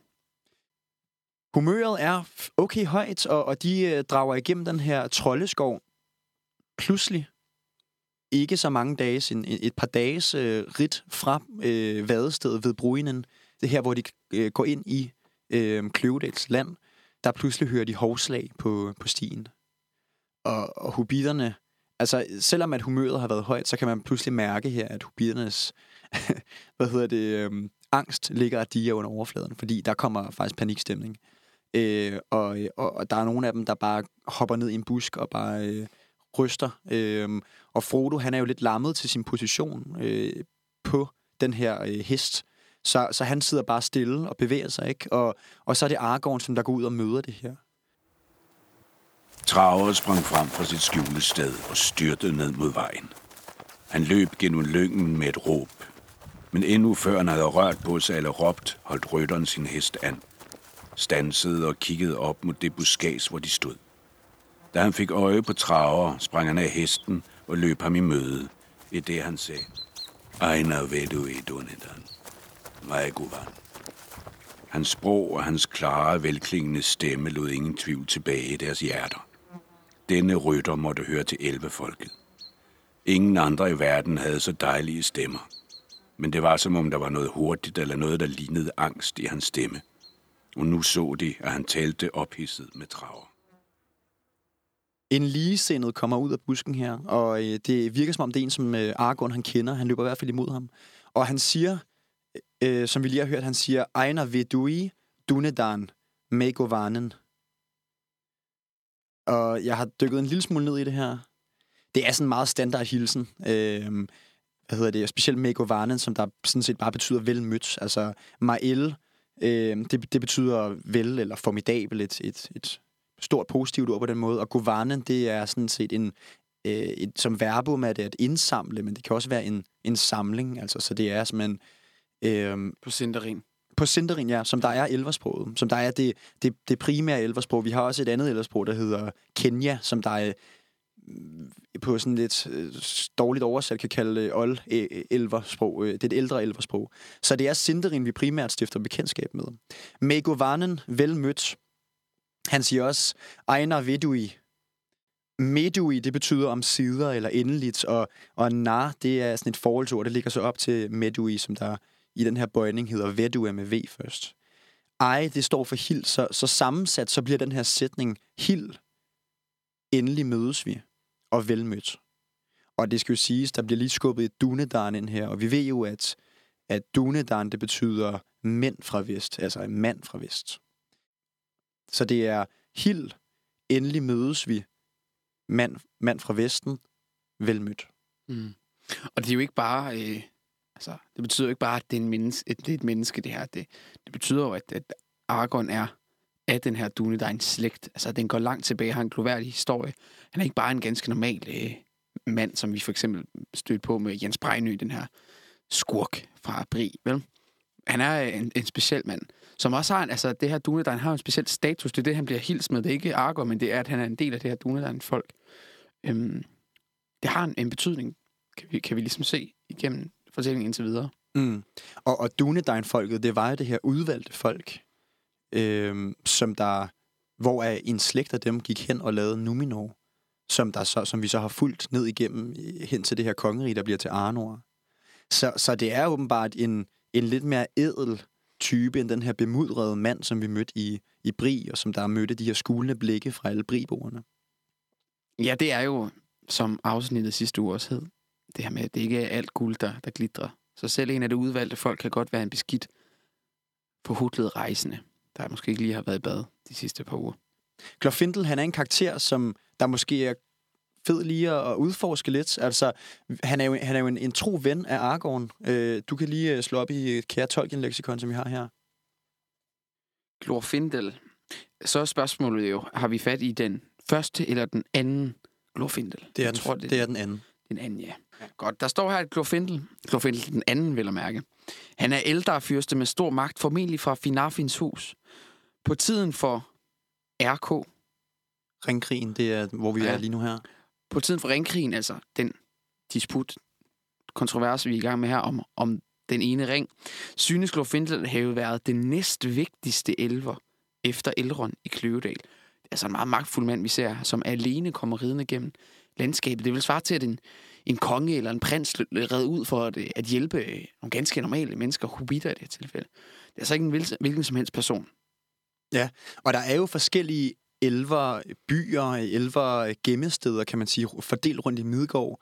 [SPEAKER 2] Humøret er okay højt, og de drager igennem den her troldeskov. Pludselig, ikke så mange dage, et par dages ridt fra vadestedet ved Bruinen, det her, hvor de går ind i Kløvedals land, der pludselig hører de hovslag på stien. Og hobbiterne, altså selvom at humøret har været højt, så kan man pludselig mærke her, at hobbiternes angst ligger og diger under overfladen, fordi der kommer faktisk panikstemning. Og der er nogle af dem, der bare hopper ned i en busk og bare ryster. Og Frodo, han er jo lidt lammet til sin position på den her hest. Så han sidder bare stille og bevæger sig, ikke? Og så er det Aragorn, som der går ud og møder det her.
[SPEAKER 1] Traveret sprang frem fra sit skjulested og styrtede ned mod vejen. Han løb gennem lyngen med et råb. Men endnu før han havde rørt på sig eller råbt, holdt rytteren sin hest an. Stansede og kiggede op mod det buskads, hvor de stod. Da han fik øje på Traver, sprang han af hesten og løb ham i møde, i det han sagde: Ejna vedu i Dunedan. Maeguvan. Hans sprog og hans klare, velklingende stemme lod ingen tvivl tilbage i deres hjerter. Denne rytter måtte høre til elvefolket. Ingen andre i verden havde så dejlige stemmer. Men det var som om der var noget hurtigt eller noget, der lignede angst i hans stemme. Og nu så de, at han talte ophidset med Traver.
[SPEAKER 2] En ligesindet kommer ud af busken her, og det virker som om det er en, som Aragorn han kender. Han løber i hvert fald imod ham. Og han siger, som vi lige har hørt, han siger, Ejna vedui Dunedan Maeguvanen. Og jeg har dykket en lille smule ned i det her. Det er sådan en meget standard hilsen. Specielt Maeguvanen, som der sådan set bare betyder vel mødt. Altså Mael, det betyder vel eller formidabel, et stort positivt ord på den måde. Og Govanen, det er sådan set som verbum, at det er at indsamle, men det kan også være en samling. Altså, så det er som
[SPEAKER 4] På Sindarin.
[SPEAKER 2] På Sindarin, ja, som der er elversproget, som der er det primære elversprog. Vi har også et andet elversprog, der hedder Kenya, som der er på sådan lidt dårligt oversat kan kalde old-elversprog. Det er et ældre elversprog. Så det er Sindarin, vi primært stifter bekendtskab med. Megovanen, vel mødt. Han siger også, Ejner Vedui. Medui, det betyder om sider eller endeligt, og nar, det er sådan et forholdsord, det ligger så op til Medui, som der i den her bøjning hedder Vedua med V først. Ej, det står for hild, så sammensat, så bliver den her sætning hild. Endelig mødes vi, og velmødt. Og det skal jo siges, der bliver lige skubbet et Dunedain ind her, og vi ved jo, at Dunedain, det betyder mænd fra vest, altså en mand fra vest. Så det er hild, endelig mødes vi, mand fra vesten, velmødt.
[SPEAKER 4] Mm. Og det er jo ikke bare, det betyder jo ikke bare, at det er et menneske, det her. Det betyder jo, at Aragorn er af den her Dunedain slægt. Altså, den går langt tilbage, har en gloværdig historie. Han er ikke bare en ganske normal mand, som vi for eksempel stødte på med Jens Brejnø, den her skurk fra Bri, vel? Han er en speciel mand, som også har det her Dunedain har en speciel status. Det er det, han bliver hilst med. Det er ikke Aragorn, men det er, at han er en del af det her Dunedain-folk. Det har en betydning, kan vi ligesom se igennem fortællingen indtil videre.
[SPEAKER 2] Mm. Og Dunedain-folket, det var jo det her udvalgte folk, hvor en slægt af dem gik hen og lavede Numenor, som vi så har fulgt ned igennem hen til det her kongerige, der bliver til Arnor. Så det er åbenbart en lidt mere ædel type end den her bemudrede mand, som vi mødte i Bri, og som der mødte de her skulende blikke fra alle Briboerne.
[SPEAKER 4] Ja, det er jo, som afsnittet sidste uge også hed, det her med, at det ikke er alt guld, der glitrer. Så selv en af det udvalgte folk kan godt være en beskidt, forhudlet rejsende, der måske ikke lige har været i bad de sidste par uger.
[SPEAKER 2] Glorfindel, han er en karakter, som der måske er fed lige at udforske lidt. Altså, han er jo en tro ven af Aragorn. Du kan lige slå op i et kære Tolkien-leksikon, som vi har her.
[SPEAKER 4] Glorfindel. Så er spørgsmålet jo, har vi fat i den første eller den anden Glorfindel?
[SPEAKER 2] Det er den anden.
[SPEAKER 4] Den anden, ja. Godt, der står her et Glorfindel. Glorfindel, den anden, vil jeg mærke. Han er Eldar-fyrste med stor magt, formentlig fra Finarfins hus. På tiden for RK.
[SPEAKER 2] Ringkrigen, det er, hvor vi er lige nu her.
[SPEAKER 4] På tiden for ringkrigen, altså den disput, kontrovers, vi er i gang med her, om den ene ring, synes Glorfindel have været den næstvigtigste elver efter Elrond i Kløvedal. Det er altså en meget magtfuld mand, vi ser, som alene kommer ridende gennem landskabet. Det vil svare til, at en konge eller en prins red ud for at hjælpe nogle ganske normale mennesker, hobbiter i det her tilfælde. Det er altså ikke en hvilken som helst person.
[SPEAKER 2] Ja, og der er jo forskellige elver byer, elver gemmesteder, kan man sige, fordelt rundt i Midgård.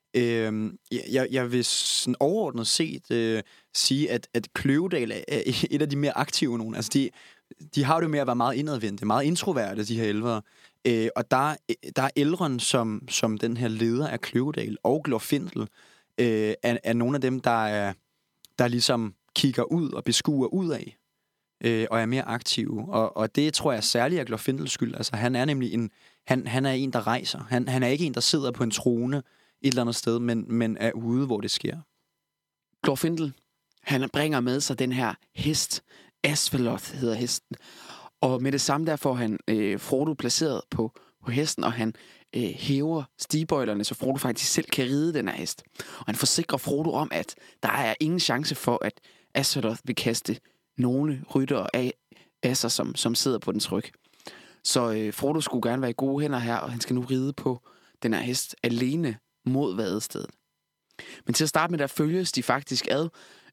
[SPEAKER 2] Jeg vil sådan overordnet set sige, at Kløvedal er et af de mere aktive nogen. Altså de har det med at være meget indadvendte, meget introverte, de her elver. Og der er Elrond som den her leder af Kløvedal, og Glorfindel er nogle af dem, der ligesom kigger ud og beskuer ud af, og er mere aktive. Og det tror jeg særligt er Glorfindels skyld. Altså han er nemlig han er en, der rejser. Han er ikke en, der sidder på en trone et eller andet sted, men er ude, hvor det sker.
[SPEAKER 4] Glorfindel, han bringer med sig den her hest. Asfaloth hedder hesten. Og med det samme der får han Frodo placeret på hesten, og han hæver stigbøjlerne, så Frodo faktisk selv kan ride den her hest. Og han forsikrer Frodo om, at der er ingen chance for, at Asfaloth vil kaste nogle ryttere af sig, som sidder på dens ryg. Så Frodo skulle gerne være i gode hænder her, og han skal nu ride på den her hest alene mod vadestedet. Men til at starte med, der følges de faktisk ad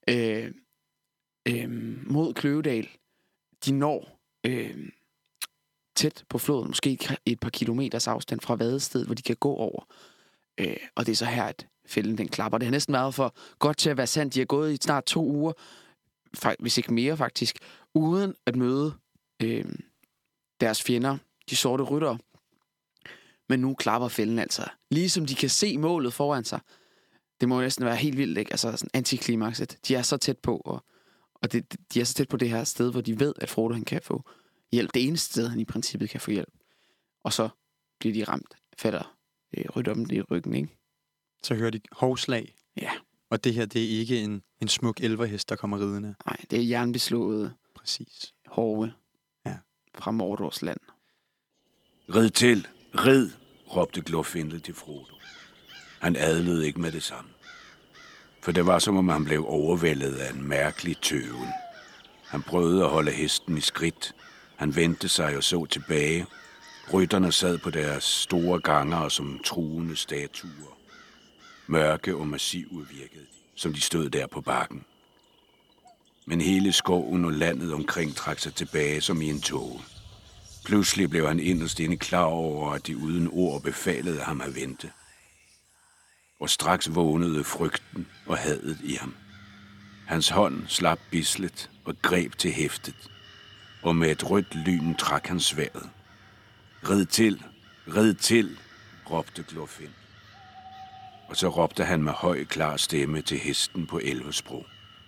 [SPEAKER 4] mod Kløvedal. De når tæt på floden, måske et par kilometers afstand fra vadestedet, hvor de kan gå over. Og det er så her, at fælden den klapper. Det har næsten været for godt til at være sandt. De har gået i snart 2 uger, hvis ikke mere faktisk, uden at møde deres fjender, de sorte ryttere. Men nu klapper fælden altså. Ligesom de kan se målet foran sig. Det må jo næsten være helt vildt, ikke? Altså sådan antiklimakset. De er så tæt på, og de er så tæt på det her sted, hvor de ved, at Frodo han kan få hjælp. Det eneste sted, han i princippet kan få hjælp. Og så bliver de ramt, fatter rytteren i ryggen, ikke?
[SPEAKER 2] Så hører de hovslag.
[SPEAKER 4] Ja.
[SPEAKER 2] Og det her, det er ikke en smuk elverhest, der kommer ridende.
[SPEAKER 3] Nej, det er jernbeslået
[SPEAKER 2] Præcis.
[SPEAKER 3] Horve
[SPEAKER 2] Ja.
[SPEAKER 3] fra Mordors land.
[SPEAKER 1] Rid til, rid, råbte Glorfindel til Frodo. Han adlede ikke med det samme. For det var som om han blev overvældet af en mærkelig tøven. Han prøvede at holde hesten i skridt. Han vendte sig og så tilbage. Rytterne sad på deres store ganger som truende statuer. Mørke og massive virkede de, som de stod der på bakken. Men hele skoven og landet omkring trak sig tilbage som i en tåge. Pludselig blev han inderst inde klar over, at de uden ord befalede ham at vente. Og straks vågnede frygten og hadet i ham. Hans hånd slap bislet og greb til hæftet, og med et rødt lyn trak han sværdet. Rid til, råbte Glorfindel. Og så råbte han med høj, klar stemme til hesten på elvesprog.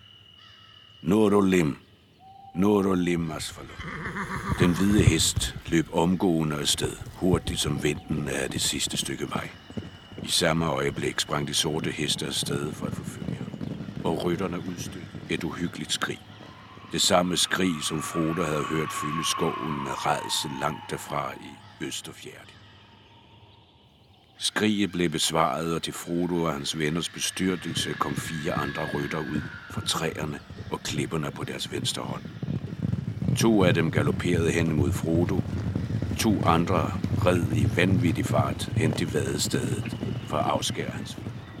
[SPEAKER 1] Norolim Asfalon. Den hvide hest løb omgående afsted, hurtigt som vinden af det sidste stykke vej. I samme øjeblik sprang de sorte heste afsted for at forfølge ham, og rytterne udstødte et uhyggeligt skrig. Det samme skrig, som Frodo havde hørt fylde skoven med rædsel langt derfra i Østerfjerde. Skriget blev besvaret, og til Frodo og hans venners bestyrtelse kom 4 andre rytter ud fra træerne og klipperne på deres venstre hånd. 2 af dem galopperede hen mod Frodo. 2 andre red i vanvittig fart hen til vadestedet for at afskære hans.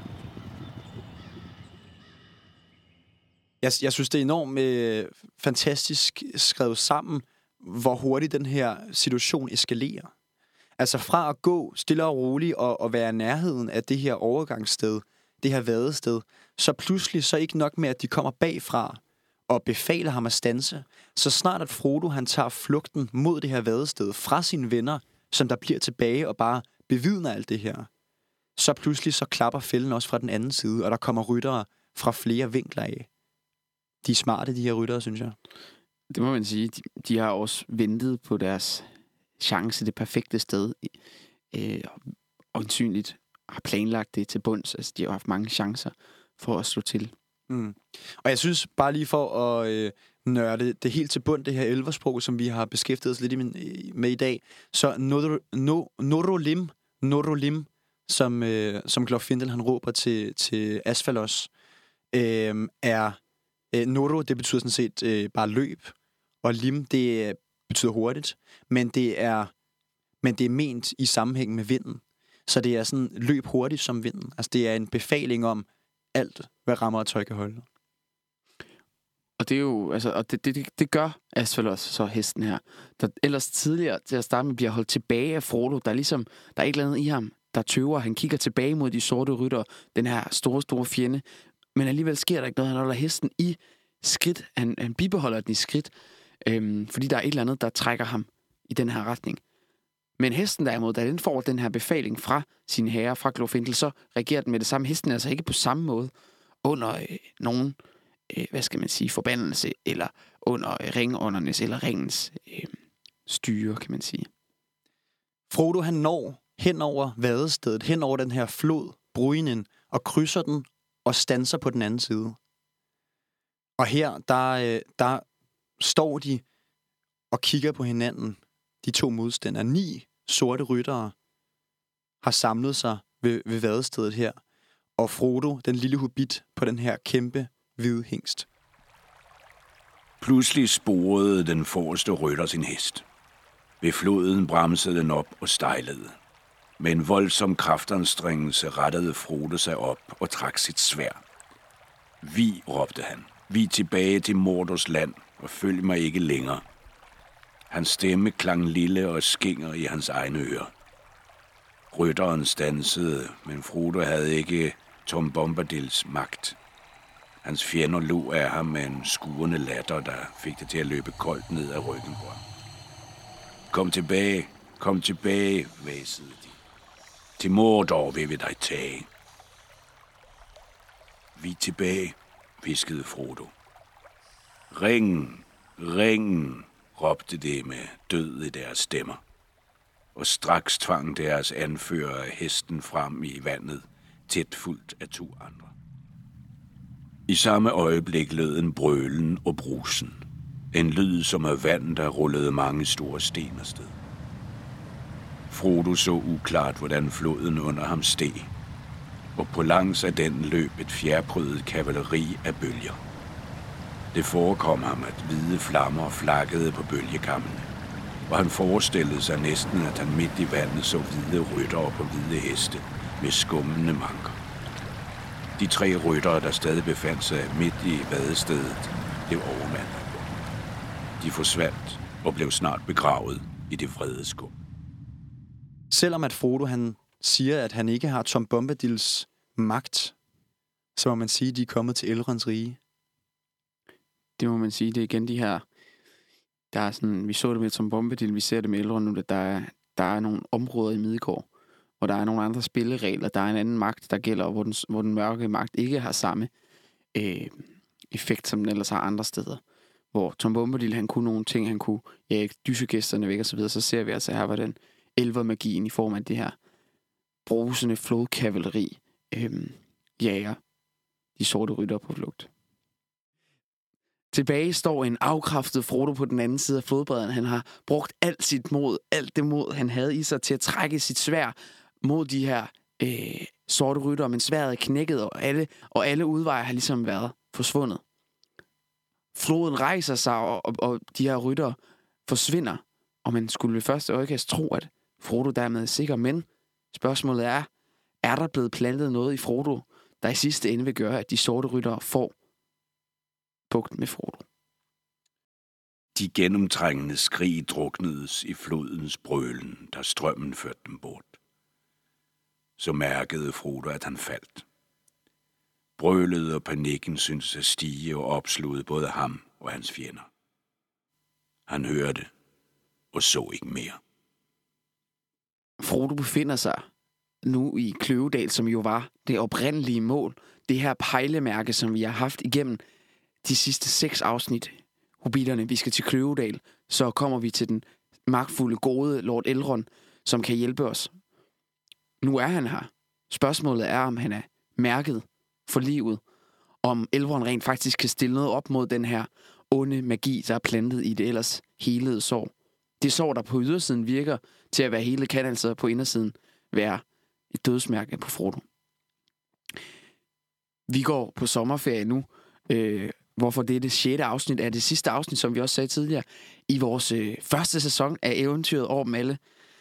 [SPEAKER 2] Jeg synes, det er enormt fantastisk skrevet sammen, hvor hurtigt den her situation eskalerer. Altså fra at gå stille og roligt og være i nærheden af det her overgangssted, det her vadested, så pludselig så ikke nok med, at de kommer bagfra og befaler ham at standse. Så snart at Frodo han tager flugten mod det her vadested fra sine venner, som der bliver tilbage og bare bevidner alt det her, så pludselig så klapper fælden også fra den anden side, og der kommer ryttere fra flere vinkler af. De er smarte, de her ryttere, synes jeg.
[SPEAKER 3] Det må man sige. De har også ventet på deres chance, det perfekte sted. Øjensynligt har planlagt det til bunds. Altså, de har haft mange chancer for at slå til.
[SPEAKER 2] Mm. Og jeg synes, bare lige for at nørde det helt til bund, det her elversprog, som vi har beskæftiget os lidt med i dag, så Norolim, som Glorfindel han råber til Asfalos, er Noro, det betyder sådan set bare løb, og Lim, det betyder hurtigt, men det er ment i sammenhæng med vinden. Så det er sådan løb hurtigt som vinden. Altså det er en befaling om alt, hvad rammer og tøj kan holde.
[SPEAKER 3] Og det er jo, altså, og det gør Asfalos, så hesten her, der ellers tidligere til at starte med bliver holdt tilbage af Frodo. Der er et eller andet i ham, der tøver. Han kigger tilbage mod de sorte rytter, den her store fjende. Men alligevel sker der ikke noget. Han holder hesten i skridt. Han bibeholder den i skridt, fordi der er et eller andet, der trækker ham i den her retning. Men hesten derimod, da den får den her befaling fra sine herrer, fra Glorfindel, så reagerer den med det samme. Hesten er altså ikke på samme måde under nogen, forbandelse, eller under ringåndernes, eller ringens styre, kan man sige.
[SPEAKER 2] Frodo, han når hen over vadestedet, hen over den her flod, Bruinen, og krydser den og standser på den anden side. Og her, der står de og kigger på hinanden, de 2 modstandere. 9 sorte ryttere har samlet sig ved vadestedet her, og Frodo, den lille hobbit, på den her kæmpe hvide hingst.
[SPEAKER 1] Pludselig sporede den forreste rytter sin hest. Ved floden bremsede den op og stejlede. Med en voldsom kraftanstrengelse rettede Frodo sig op og trak sit sværd. Vi, råbte han. Vi tilbage til Mordors land, og følg mig ikke længere. Hans stemme klang lille og skinger i hans egne ører. Rytteren stansede, men Frodo havde ikke Tom Bombadils magt. Hans fjender lå af ham med en skurende latter, der fik det til at løbe koldt ned ad ryggen på ham. Kom tilbage, væsede de. Til Mordor vil vi dig tage. Vi er tilbage, hviskede Frodo. Ringen, råbte det med død i deres stemmer. Og straks tvang deres anfører hesten frem i vandet, tæt fuldt af 2 andre. I samme øjeblik lød en brølen og brusen. En lyd som af vand, der rullede mange store sten afsted. Frodo så uklart, hvordan floden under ham steg, og på langs af den løb et fjerprødet kavaleri af bølger. Det forekom ham, at hvide flammer flakkede på bølgekammene, og han forestillede sig næsten, at han midt i vandet så hvide ryttere på hvide heste med skummende manker. De 3 ryttere, der stadig befandt sig midt i vadestedet, blev overmandet. De forsvandt og blev snart begravet i det vrede skum.
[SPEAKER 2] Selvom at Frodo han siger, at han ikke har Tom Bombadils magt, så må man sige, at de er kommet til Elrons rige.
[SPEAKER 4] Det må man sige. Det er igen de her... Der er sådan, vi så det med Tom Bombadil, vi ser det med Elrond nu, at der er nogle områder i Midgård, hvor der er nogle andre spilleregler, der er en anden magt, der gælder, hvor den mørke magt ikke har samme effekt, som den ellers har andre steder. Hvor Tom Bombadil, han kunne nogle ting, han kunne dysegæsterne væk og så videre, så ser vi altså her, hvordan elvermagien i form af det her brusende flodkavaleri jager de sorte ryttere på flugt. Tilbage står en afkræftet Frodo på den anden side af flodbredden. Han har brugt alt sit mod, alt det mod, han havde i sig til at trække sit sværd mod de her sorte ryttere, men sværdet er knækket, og alle udveje har ligesom været forsvundet. Floden rejser sig, og de her ryttere forsvinder, og man skulle ved første øjekast tro, at Frodo dermed er sikker, men spørgsmålet er der blevet plantet noget i Frodo, der i sidste ende vil gøre, at de sorte ryttere får bugt med Frodo?
[SPEAKER 1] De gennemtrængende skrig druknedes i flodens brølen, da strømmen førte dem bort. Så mærkede Frodo, at han faldt. Brølet og panikken syntes at stige og opslugede både ham og hans fjender. Han hørte og så ikke mere.
[SPEAKER 3] Frodo befinder sig nu i Kløvedal, som jo var det oprindelige mål. Det her pejlemærke, som vi har haft igennem de sidste 6 afsnit. Hobbiterne, vi skal til Kløvedal, så kommer vi til den magtfulde, gode Lord Elrond, som kan hjælpe os. Nu er han her. Spørgsmålet er, om han er mærket for livet. Om Elrond rent faktisk kan stille noget op mod den her onde magi, der er plantet i det ellers helede sår. Det sår, der på ydersiden virker til at være hele, kan altså på indersiden være et dødsmærke på Frodo. Vi går på sommerferie nu, hvorfor det er det 6. afsnit af det sidste afsnit, som vi også sagde tidligere, i vores første sæson af eventyret over dem alle.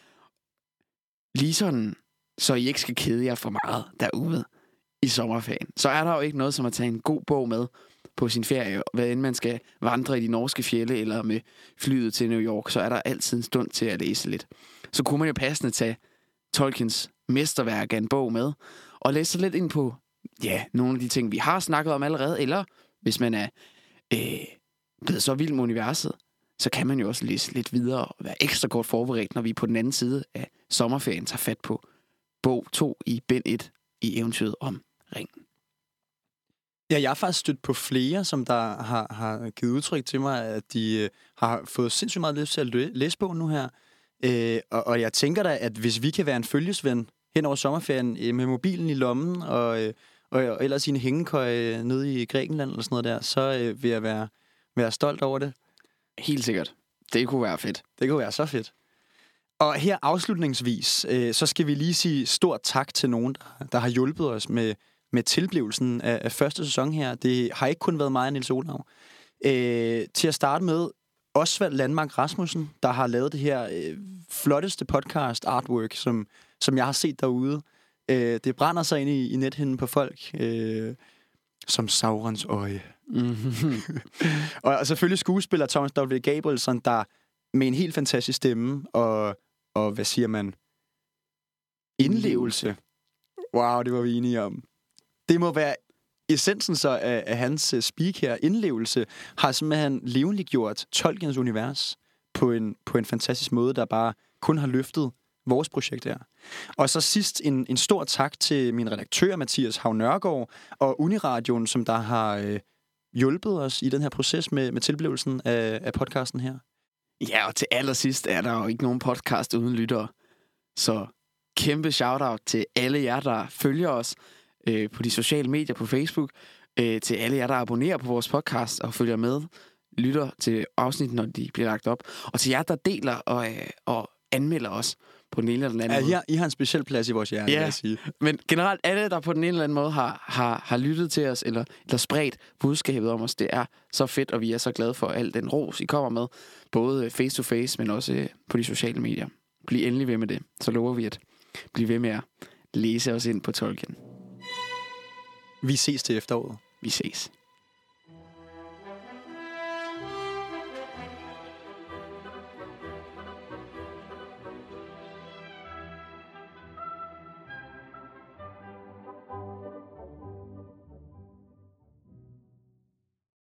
[SPEAKER 3] Lige sådan, så I ikke skal kede jer for meget derude i sommerferien. Så er der jo ikke noget som at tage en god bog med på sin ferie, hvad end man skal vandre i de norske fjelde eller med flyet til New York, så er der altid en stund til at læse lidt. Så kunne man jo passende tage Tolkiens mesterværk af en bog med, og læse lidt ind på nogle af de ting, vi har snakket om allerede, eller hvis man er blevet så vild med universet, så kan man jo også læse lidt videre og være ekstra godt forberedt, når vi på den anden side af sommerferien tager fat på bog 2 i bind 1 i eventyret om ringen.
[SPEAKER 2] Ja, jeg har faktisk stødt på flere, som der har givet udtryk til mig, at de har fået sindssygt meget lyst til at læse bogen nu her. Og jeg tænker da, at hvis vi kan være en følgesven hen over sommerferien med mobilen i lommen og ellers i en hængekøje nede i Grækenland eller sådan noget der, så vil jeg være stolt over det.
[SPEAKER 3] Helt sikkert. Det kunne være fedt.
[SPEAKER 2] Det kunne være så fedt. Og her afslutningsvis, så skal vi lige sige stort tak til nogen, der har hjulpet os med tilblivelsen af første sæson her. Det har ikke kun været mig og Niels Olav. Til at starte med Osvald Landmark Rasmussen, der har lavet det her flotteste podcast artwork, som jeg har set derude. Det brænder sig ind i nethinden på folk, som Saurons øje. Mm-hmm. Og selvfølgelig skuespiller Thomas W. Gabrielson, der med en helt fantastisk stemme og hvad siger man? Indlevelse. Wow, det var vi enige om. Det må være essensen så af hans speak her. Indlevelse har simpelthen levendegjort Tolkiens univers på en fantastisk måde, der bare kun har løftet vores projekt her. Og så sidst en stor tak til min redaktør, Mathias Hav Nørgaard, og Uniradioen, som der har hjulpet os i den her proces med tilblivelsen af podcasten her.
[SPEAKER 3] Ja, og til allersidst er der jo ikke nogen podcast uden lyttere. Så kæmpe shout-out til alle jer, der følger os på de sociale medier på Facebook.
[SPEAKER 4] til alle jer, der abonnerer på vores podcast og følger med, lytter til afsnit, når de bliver lagt op. Og til jer, der deler og anmelder os på den ene eller den anden måde.
[SPEAKER 2] I har en speciel plads i vores hjerne, vil jeg sige.
[SPEAKER 4] Men generelt alle, der på den ene eller anden måde har lyttet til os, eller spredt budskabet om os, det er så fedt, og vi er så glade for al den ros, I kommer med. Både face to face, men også på de sociale medier. Bliv endelig ved med det. Så lover vi at blive ved med at læse os ind på Tolkien.
[SPEAKER 2] Vi ses til efteråret.
[SPEAKER 4] Vi ses.